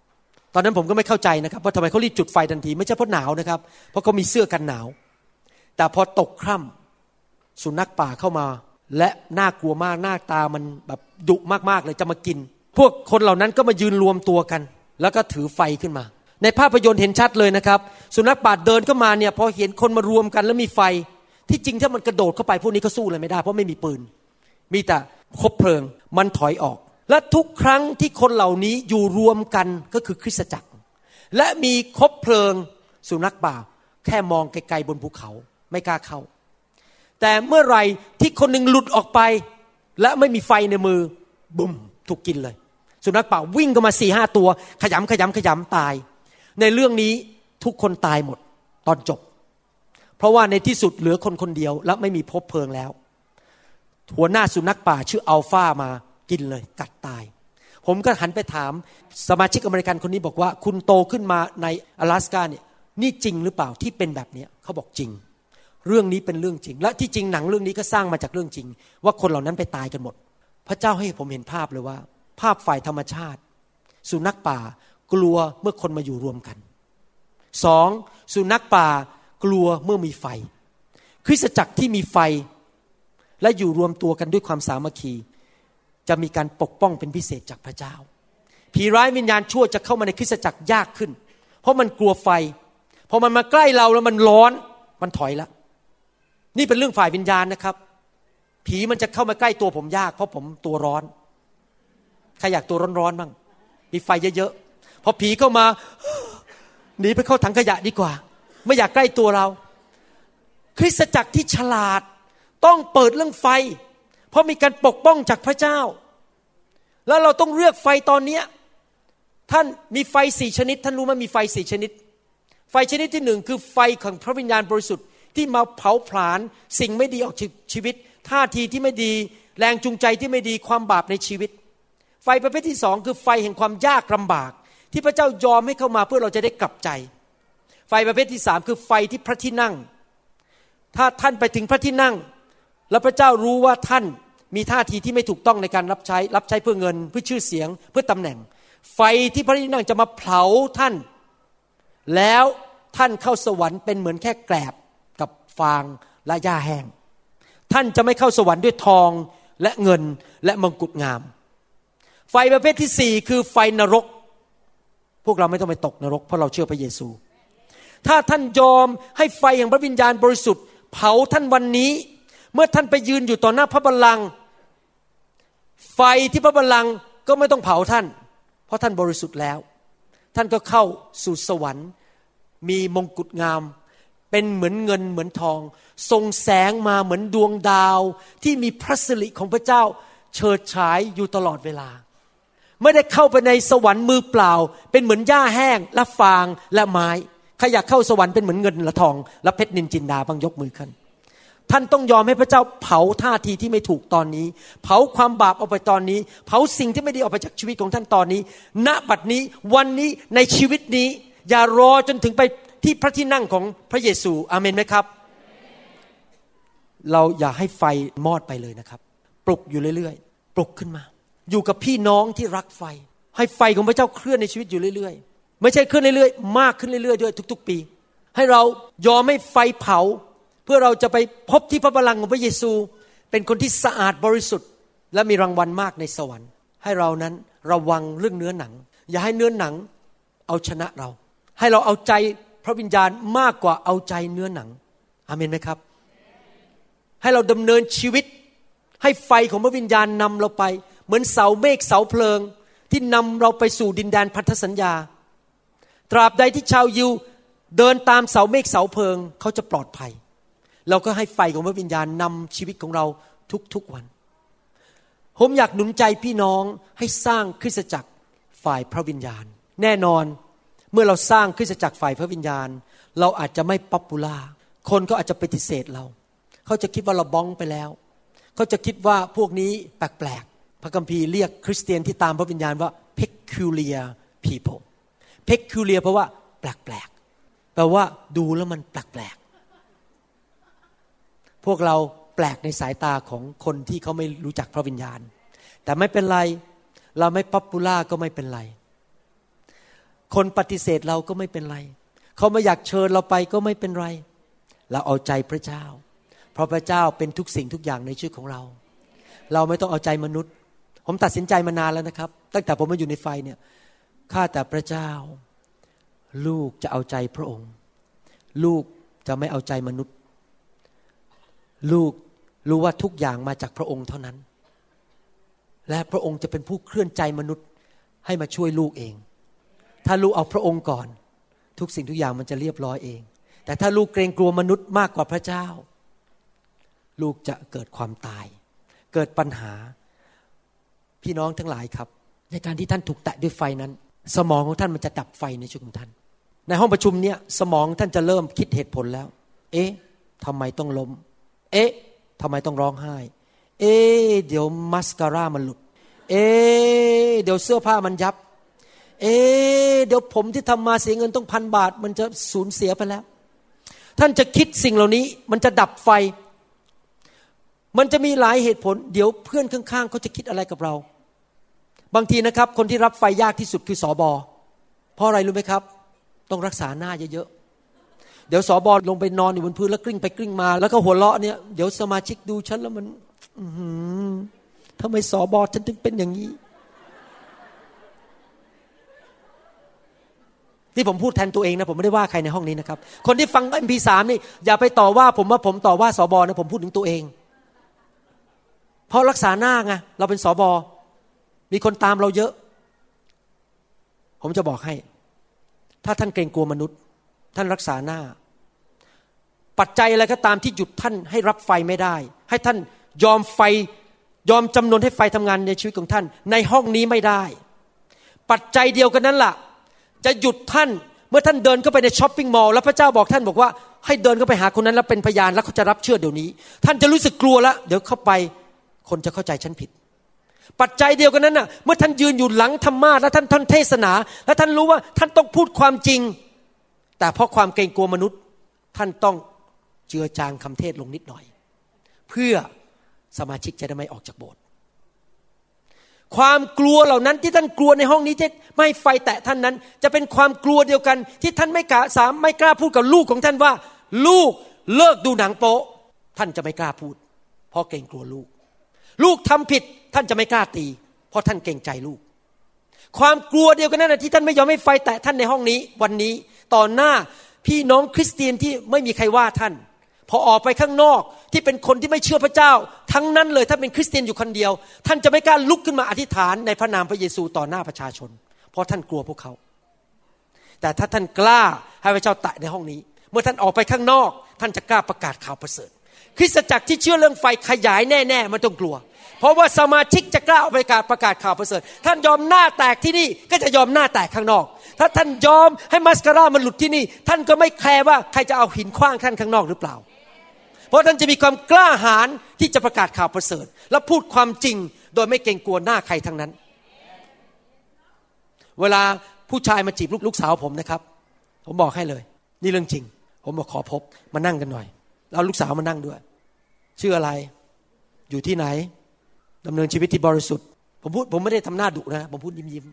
ตอนนั้นผมก็ไม่เข้าใจนะครับว่าทำไมเขารีบจุดไฟทันทีไม่ใช่เพราะหนาวนะครับเพราะเขามีเสื้อกันหนาวแต่พอตกค่ำสุนัขป่าเข้ามาและน่ากลัวมากหน้าตามันแบบดุมากๆเลยจะมากินพวกคนเหล่านั้นก็มายืนรวมตัวกันแล้วก็ถือไฟขึ้นมาในภาพยนตร์เห็นชัดเลยนะครับสุนัขป่าเดินเข้ามาเนี่ยพอเห็นคนมารวมกันแล้วมีไฟที่จริงถ้ามันกระโดดเข้าไปพวกนี้ก็สู้เลยไม่ได้เพราะไม่มีปืนมีแต่คบเพลิงมันถอยออกและทุกครั้งที่คนเหล่านี้อยู่รวมกันก็คือคริสตจักรและมีคบเพลิงสุนัขป่าแค่มองไกลๆบนภูเขาไม่กล้าเข้าแต่เมื่อไรที่คนหนึ่งหลุดออกไปและไม่มีไฟในมือบุ้มถูกกินเลยสุนัขป่าวิ่งเข้ามา สี่ห้า ตัวขยำขยำขยำตายในเรื่องนี้ทุกคนตายหมดตอนจบเพราะว่าในที่สุดเหลือคนคนเดียวและไม่มีพบเพลิงแล้วหัวหน้าสุนัขป่าชื่ออัลฟามากินเลยกัดตายผมก็หันไปถามสมาชิกอเมริกันคนนี้บอกว่าคุณโตขึ้นมาใน阿拉斯加เนี่ยนี่จริงหรือเปล่าที่เป็นแบบนี้เขาบอกจริงเรื่องนี้เป็นเรื่องจริงและที่จริงหนังเรื่องนี้ก็สร้างมาจากเรื่องจริงว่าคนเหล่านั้นไปตายกันหมดพระเจ้าให้ผมเห็นภาพเลยว่าภาพฝ่ายธรรมชาติสุนัขป่ากลัวเมื่อคนมาอยู่รวมกันสองสุนัขป่ากลัวเมื่อมีไฟคริสตจักรที่มีไฟและอยู่รวมตัวกันด้วยความสามัคคีจะมีการปกป้องเป็นพิเศษจากพระเจ้าผีร้ายวิญญาณชั่วจะเข้ามาในคริสตจักรยากขึ้นเพราะมันกลัวไฟพอมันมาใกล้เราแล้วมันร้อนมันถอยละนี่เป็นเรื่องฝ่ายวิญญาณนะครับผีมันจะเข้ามาใกล้ตัวผมยากเพราะผมตัวร้อนใครอยากตัวร้อนๆบ้างมีไฟเยอะๆพอผีเข้ามาหนีไปเข้าถังขยะดีกว่าไม่อยากใกล้ตัวเราคริสตจักรที่ฉลาดต้องเปิดเรื่องไฟเพราะมีการปกป้องจากพระเจ้าแล้วเราต้องเลือกไฟตอนนี้ท่านมีไฟสี่ชนิดท่านรู้ไหมมีไฟสี่ชนิดไฟชนิดที่หนึ่งคือไฟของพระวิญญาณบริสุทธิ์ที่มาเผาผลาญสิ่งไม่ดีออกจากชีวิตท่าทีที่ไม่ดีแรงจูงใจที่ไม่ดีความบาปในชีวิตไฟประเภทที่สองคือไฟแห่งความยากลำบากที่พระเจ้ายอมให้เข้ามาเพื่อเราจะได้กลับใจไฟประเภทที่สามคือไฟที่พระที่นั่งถ้าท่านไปถึงพระที่นั่งแล้วพระเจ้ารู้ว่าท่านมีท่าทีที่ไม่ถูกต้องในการรับใช้รับใช้เพื่อเงินเพื่อชื่อเสียงเพื่อตำแหน่งไฟที่พระที่นั่งจะมาเผาท่านแล้วท่านเข้าสวรรค์เป็นเหมือนแค่แกลบกับฟางและหญ้าแห้งท่านจะไม่เข้าสวรรค์ด้วยทองและเงินและมงกุฎงามไฟประเภทที่สี่คือไฟนรกพวกเราไม่ต้องไปตกนรกเพราะเราเชื่อพระเยซูถ้าท่านยอมให้ไฟแห่งพระวิญญาณบริสุทธิ์เผาท่านวันนี้เมื่อท่านไปยืนอยู่ต่อหน้าพระบัลลังก์ไฟที่พระบัลลังก์ก็ไม่ต้องเผาท่านเพราะท่านบริสุทธิ์แล้วท่านก็เข้าสู่สวรรค์มีมงกุฎงามเป็นเหมือนเงินเหมือนทองส่งแสงมาเหมือนดวงดาวที่มีพระสิริของพระเจ้าเฉิดฉายอยู่ตลอดเวลาไม่ได้เข้าไปในสวรรค์มือเปล่าเป็นเหมือนหญ้าแห้งและฟางและไม้ใครอยากเข้าสวรรค์เป็นเหมือนเงินและทองและเพชรนินจินดาบ้างยกมือขึ้นท่านต้องยอมให้พระเจ้าเผาท่าทีที่ไม่ถูกตอนนี้เผาความบาปออกไปตอนนี้เผาสิ่งที่ไม่ดีออกไปจากชีวิตของท่านตอนนี้ณบัดนี้วันนี้ในชีวิตนี้อย่ารอจนถึงไปที่พระที่นั่งของพระเยซูอาเมนไหมครับเราอย่าให้ไฟมอดไปเลยนะครับปลุกอยู่เรื่อยๆปลุกขึ้นมาอยู่กับพี่น้องที่รักไฟให้ไฟของพระเจ้าเคลื่อนในชีวิตอยู่เรื่อยๆไม่ใช่เคลื่อนเรื่อยๆมากขึ้นเรื่อยๆด้วยทุกๆปีให้เรายอมให้ไฟเผาเพื่อเราจะไปพบที่พระบัลลังก์ของพระเยซูเป็นคนที่สะอาดบริสุทธิ์และมีรางวัลมากในสวรรค์ให้เรานั้นระวังเรื่องเนื้อหนังอย่าให้เนื้อหนังเอาชนะเราให้เราเอาใจพระวิญญาณมากกว่าเอาใจเนื้อหนังอาเมนไหมครับให้เราดำเนินชีวิตให้ไฟของพระวิญญาณนำเราไปเหมือนเสาเมฆเสาเพลิงที่นำเราไปสู่ดินแดนพันธสัญญาตราบใดที่ชาวยิวเดินตามเสาเมฆเสาเพลิงเขาจะปลอดภัยเราก็ให้ไฟของพระวิญญาณนำชีวิตของเราทุกๆวันผมอยากหนุนใจพี่น้องให้สร้างคริสตจักรฝ่ายพระวิญญาณแน่นอนเมื่อเราสร้างคริสตจักรฝ่ายพระวิญญาณเราอาจจะไม่ป๊อปปูล่าคนก็อาจจะปฏิเสธเราเขาจะคิดว่าเราบ้องไปแล้วเขาจะคิดว่าพวกนี้แปลกๆพระคัมภีร์เรียกคริสเตียนที่ตามพระวิญญาณว่า peculiar people peculiar เพราะว่าแปลกๆแปลว่าดูแล้วมันแปลกๆพวกเราแปลกในสายตาของคนที่เขาไม่รู้จักพระวิญญาณแต่ไม่เป็นไรเราไม่ป๊อปปูล่าก็ไม่เป็นไรคนปฏิเสธเราก็ไม่เป็นไรเขาไม่อยากเชิญเราไปก็ไม่เป็นไรเราเอาใจพระเจ้าเพราะพระเจ้าเป็นทุกสิ่งทุกอย่างในชีวิตของเราเราไม่ต้องเอาใจมนุษย์ผมตัดสินใจมานานแล้วนะครับตั้งแต่ผมมาอยู่ในไฟเนี่ยข้าแต่พระเจ้าลูกจะเอาใจพระองค์ลูกจะไม่เอาใจมนุษย์ลูกรู้ว่าทุกอย่างมาจากพระองค์เท่านั้นและพระองค์จะเป็นผู้เคลื่อนใจมนุษย์ให้มาช่วยลูกเองถ้าลูกเอาพระองค์ก่อนทุกสิ่งทุกอย่างมันจะเรียบร้อยเองแต่ถ้าลูกเกรงกลัวมนุษย์มากกว่าพระเจ้าลูกจะเกิดความตายเกิดปัญหาพี่น้องทั้งหลายครับในการที่ท่านถูกแตะด้วยไฟนั้นสมองของท่านมันจะดับไฟในชีวิตของท่านในห้องประชุมเนี้ยสมองท่านจะเริ่มคิดเหตุผลแล้วเอ๊ะทำไมต้องล้มเอ๊ะทำไมต้องร้องไห้เอ๊ะเดี๋ยวมัสคาร่ามันหลุดเอ๊ะเดี๋ยวเสื้อผ้ามันยับเอ๊ะเดี๋ยวผมที่ทำมาเสียเงินต้องพันบาทมันจะสูญเสียไปแล้วท่านจะคิดสิ่งเหล่านี้มันจะดับไฟมันจะมีหลายเหตุผลเดี๋ยวเพื่อนข้างๆเขาจะคิดอะไรกับเราบางทีนะครับคนที่รับไฟยากที่สุดคือสบเพราะอะไรรู้ไหมครับต้องรักษาหน้าเยอะๆเดี๋ยวสบลงไปนอนอยู่บนพื้นแล้วกลิ้งไปกลิ้งมาแล้วก็หัวเราะเนี่ยเดี๋ยวสมาชิกดูฉันแล้วมันอื้อหือทำไมสบฉันถึงเป็นอย่างนี้ที่ผมพูดแทนตัวเองนะผมไม่ได้ว่าใครในห้องนี้นะครับคนที่ฟัง เอ็ม พี สาม นี่อย่าไปต่อว่าผมว่าผมต่อว่าสบนะผมพูดถึงตัวเองเพราะรักษาหน้าไงเราเป็นสบมีคนตามเราเยอะผมจะบอกให้ถ้าท่านเกรงกลัวมนุษย์ท่านรักษาหน้าปัจจัยอะไรก็ตามที่หยุดท่านให้รับไฟไม่ได้ให้ท่านยอมไฟยอมจำนนให้ไฟทำงานในชีวิตของท่านในห้องนี้ไม่ได้ปัจจัยเดียวกันนั้นล่ะจะหยุดท่านเมื่อท่านเดินเข้าไปในช้อปปิ้งมอลล์แล้วพระเจ้าบอกท่านบอกว่าให้เดินเข้าไปหาคนนั้นแล้วเป็นพยานแล้วเขาจะรับเชื่อเดี๋ยวนี้ท่านจะรู้สึกกลัวแล้วเดี๋ยวเข้าไปคนจะเข้าใจฉันผิดปัจจัยเดียวกันนั้นน่ะเมื่อท่านยืนอยู่หลังธรรมาสน์แล้วท่านท่านเทศนาแล้วท่านรู้ว่าท่านต้องพูดความจริงแต่เพราะความเกรงกลัวมนุษย์ท่านต้องเจือจางคำเทศลงนิดหน่อยเพื่อสมาชิกจะได้ไม่ออกจากโบสถ์ความกลัวเหล่านั้นที่ท่านกลัวในห้องนี้ที่ไม่ให้ไฟแตะท่านนั้นจะเป็นความกลัวเดียวกันที่ท่านไม่กล้าสามไม่กล้าพูดกับลูกของท่านว่าลูกเลิกดูหนังโป๊ท่านจะไม่กล้าพูดเพราะเกรงกลัวลูกลูกทำผิดท่านจะไม่กล้าตีเพราะท่านเกรงใจลูกความกลัวเดียวกันนั่นแหละที่ท่านไม่ยอมให้ไฟแตะท่านในห้องนี้วันนี้ต่อหน้าพี่น้องคริสเตียนที่ไม่มีใครว่าท่านพอออกไปข้างนอกที่เป็นคนที่ไม่เชื่อพระเจ้าทั้งนั้นเลยถ้าเป็นคริสเตียนอยู่คนเดียวท่านจะไม่กล้าลุกขึ้นมาอธิษฐานในพระนามพระเยซูต่อหน้าประชาชนเพราะท่านกลัวพวกเขาแต่ถ้าท่านกล้าให้พระเจ้าแตะในห้องนี้เมื่อท่านออกไปข้างนอกท่านจะกล้าประกาศข่าวประเสริฐคริสตจักรที่เชื่อเรื่องไฟขยายแน่ๆมันต้องกลัวเพราะว่าสมาชิกจะกล้าออกไปประกาศประกาศข่าวประเสริฐท่านยอมหน้าแตกที่นี่ก็จะยอมหน้าแตกข้างนอกถ้าท่านยอมให้มัสคาร่ามันหลุดที่นี่ท่านก็ไม่แคร์ว่าใครจะเอาหินขว้างท่านข้างนอกหรือเปล่าเพราะท่านจะมีความกล้าหาญที่จะประกาศข่าวประเสริฐและพูดความจริงโดยไม่เกรงกลัวหน้าใครทั้งนั้นเวลาผู้ชายมาจีบลูกลูกสาวผมนะครับผมบอกให้เลยนี่เรื่องจริงผมบอกขอพบมานั่งกันหน่อยเอาลูกสาวมานั่งด้วยชื่ออะไรอยู่ที่ไหนดำเนินชีวิตที่บริสุทธิ์ผมพูดผมไม่ได้ทำหน้าดุนะผมพูดยิ้มยิ้ม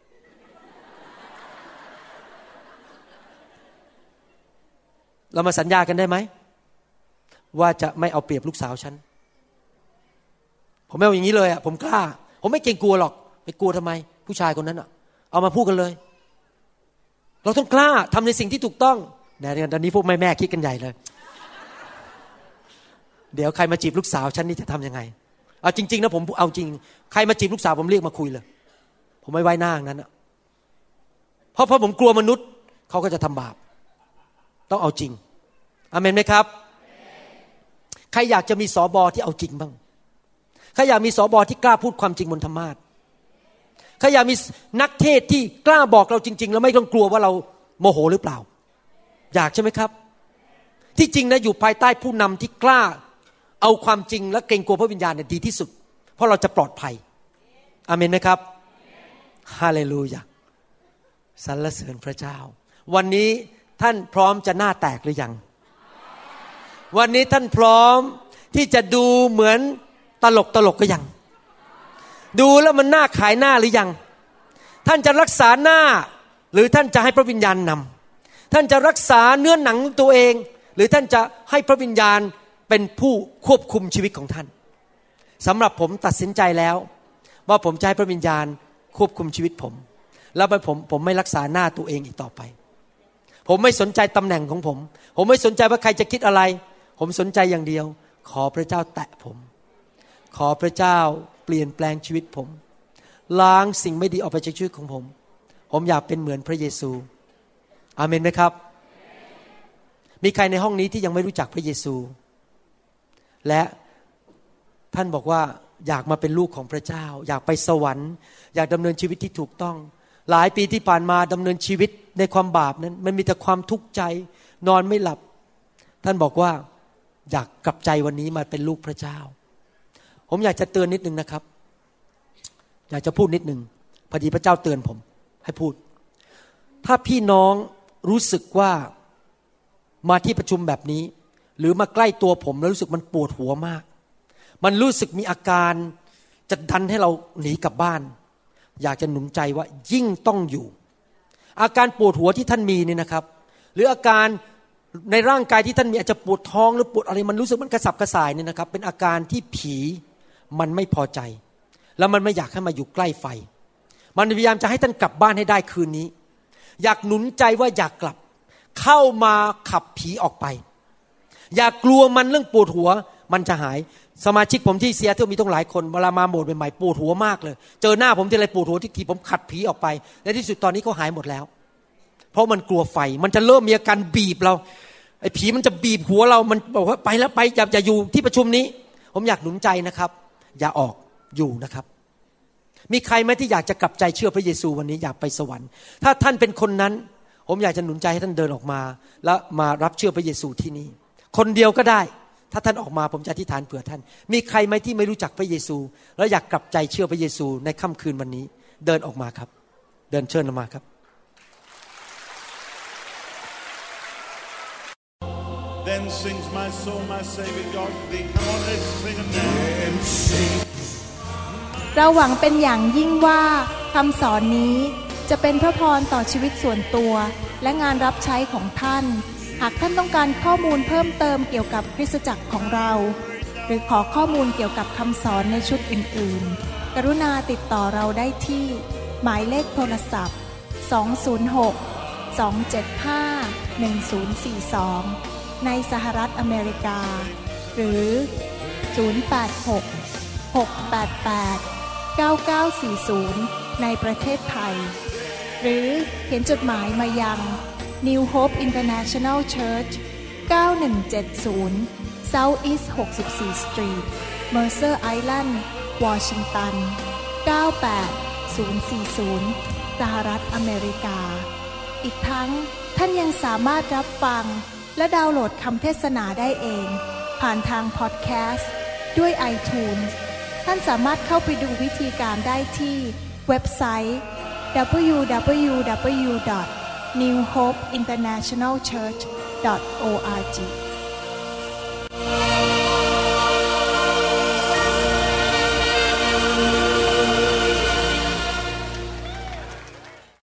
เรามาสัญญากันได้ไหมว่าจะไม่เอาเปรียบลูกสาวฉันผมไม่เอาอย่างนี้เลยอ่ะผมกล้าผมไม่เกรงกลัวหรอกไปกลัวทำไมผู้ชายคนนั้นอ่ะเอามาพูดกันเลยเราต้องกล้าทำในสิ่งที่ถูกต้องแต่ตอนนี้พวกแม่แม่คิดกันใหญ่เลยเดี๋ยวใครมาจีบลูกสาวฉันนี่จะทำยังไงเอาจริงๆนะผมเอาจริงใครมาจีบลูกสาวผมเรียกมาคุยเลยผมไม่ไว้หน้าอย่างนั้นอ่ะเพราะเพราะผมกลัวมนุษย์เขาก็จะทำบาปต้องเอาจริงอาเมนไหมครับใครอยากจะมีสบที่เอาจริงบ้างใครอยากมีสบที่กล้าพูดความจริงบนธรรมาสน์ใครอยากมีนักเทศที่กล้าบอกเราจริงๆแล้วไม่ต้องกลัวว่าเราโมโหหรือเปล่าอยากใช่ไหมครับที่จริงนะอยู่ภายใต้ผู้นำที่กล้าเอาความจริงและเกรงกลัวพระวิญญาณเนี่ยดีที่สุดเพราะเราจะปลอดภัยอาเมนไหมครับฮาเลลูยาสรรเสริญพระเจ้าวันนี้ท่านพร้อมจะหน้าแตกหรือยังวันนี้ท่านพร้อมที่จะดูเหมือนตลกตลกก็ยังดูแล้วมันน่าขายหน้าหรือยังท่านจะรักษาหน้าหรือท่านจะให้พระวิญญาณนำท่านจะรักษาเนื้อหนังตัวเองหรือท่านจะให้พระวิญญาณเป็นผู้ควบคุมชีวิตของท่านสำหรับผมตัดสินใจแล้วว่าผมจะให้พระวิญญาณควบคุมชีวิตผมแล้วไปผมผมไม่รักษาหน้าตัวเองอีกต่อไปผมไม่สนใจตำแหน่งของผมผมไม่สนใจว่าใครจะคิดอะไรผมสนใจอย่างเดียวขอพระเจ้าแตะผมขอพระเจ้าเปลี่ยนแปลงชีวิตผมล้างสิ่งไม่ดีออกไปจากชีวิตของผมผมอยากเป็นเหมือนพระเยซูอาเมนไหมครับมีใครในห้องนี้ที่ยังไม่รู้จักพระเยซูและท่านบอกว่าอยากมาเป็นลูกของพระเจ้าอยากไปสวรรค์อยากดำเนินชีวิตที่ถูกต้องหลายปีที่ผ่านมาดำเนินชีวิตในความบาปนั้นมันมีแต่ความทุกข์ใจนอนไม่หลับท่านบอกว่าอยากกลับใจวันนี้มาเป็นลูกพระเจ้าผมอยากจะเตือนนิดนึงนะครับอยากจะพูดนิดนึงพอดีพระเจ้าเตือนผมให้พูดถ้าพี่น้องรู้สึกว่ามาที่ประชุมแบบนี้หรือมาใกล้ตัวผมแล้วรู้สึกมันปวดหัวมากมันรู้สึกมีอาการจะดันให้เราหนีกลับบ้านอยากจะหนุนใจว่ายิ่งต้องอยู่อาการปวดหัวที่ท่านมีนี่นะครับหรืออาการในร่างกายที่ท่านมีอาจจะปวดท้องหรือปวดอะไรมันรู้สึกมันกระสับกระส่ายนี่นะครับเป็นอาการที่ผีมันไม่พอใจแล้วมันไม่อยากให้มาอยู่ใกล้ไฟมันพยายามจะให้ท่านกลับบ้านให้ได้คืนนี้อยากหนุนใจว่าอยากกลับเข้ามาขับผีออกไปอย่ากลัวมันเรื่องปวดหัวมันจะหายสมาชิกผมที่เซียเทิลมีต้องหลายคนเวลามาโบสถ์ใหม่ๆปวดหัวมากเลยเจอหน้าผมทีไรปวดหัวทุกทีผมขัดผีออกไปในที่สุดตอนนี้เขาหายหมดแล้วเพราะมันกลัวไฟมันจะเริ่มมีอาการบีบเราไอ้ผีมันจะบีบหัวเรามันบอกว่าไปแล้วไปอย่าอย่าอยู่ที่ประชุมนี้ผมอยากหนุนใจนะครับอย่าออกอยู่นะครับมีใครไหมที่อยากจะกลับใจเชื่อพระเยซูวันนี้อยากไปสวรรค์ถ้าท่านเป็นคนนั้นผมอยากจะหนุนใจให้ท่านเดินออกมาแล้วมารับเชื่อพระเยซูที่นี่คนเดียวก็ได้ถ้าท่านออกมาผมจะอธิษฐานเผื่อท่านมีใครไหมที่ไม่รู้จักพระเยซูแล้วอยากกลับใจเชื่อพระเยซูในค่ำคืนวันนี้เดินออกมาครับเดินเชิญออกมาครับ Then sings my soul, my Savior God to thee. Come on, let's sing it now. And sing. เราหวังเป็นอย่างยิ่งว่าคำสอนนี้จะเป็นพระพรต่อชีวิตส่วนตัวและงานรับใช้ของท่านหากท่านต้องการข้อมูลเพิ่มเติมเกี่ยวกับคริสตจักรของเราหรือขอข้อมูลเกี่ยวกับคำสอนในชุดอื่นๆกรุณาติดต่อเราได้ที่หมายเลขโทรศัพท์สอง ศูนย์ หก สอง เจ็ด ห้า หนึ่ง ศูนย์ สี่ สองในสหรัฐอเมริกาหรือศูนย์ แปด หก หก แปด แปด เก้า เก้า สี่ ศูนย์ในประเทศไทยหรือเขียนจดหมายมายัง New Hope International Church เก้าหนึ่งเจ็ดศูนย์ South East หกสิบสี่ Street Mercer Island Washington เก้าแปดศูนย์สี่ศูนย์สหรัฐอเมริกาอีกทั้งท่านยังสามารถรับฟังและดาวน์โหลดคำเทศนาได้เองผ่านทางพอดแคสต์ด้วย iTunes ท่านสามารถเข้าไปดูวิธีการได้ที่เว็บไซต์ ดับเบิลยู ดับเบิลยู ดับเบิลยู ดอท นิว โฮป อินเตอร์เนชั่นแนล เชิร์ช ดอท โอ อาร์ จี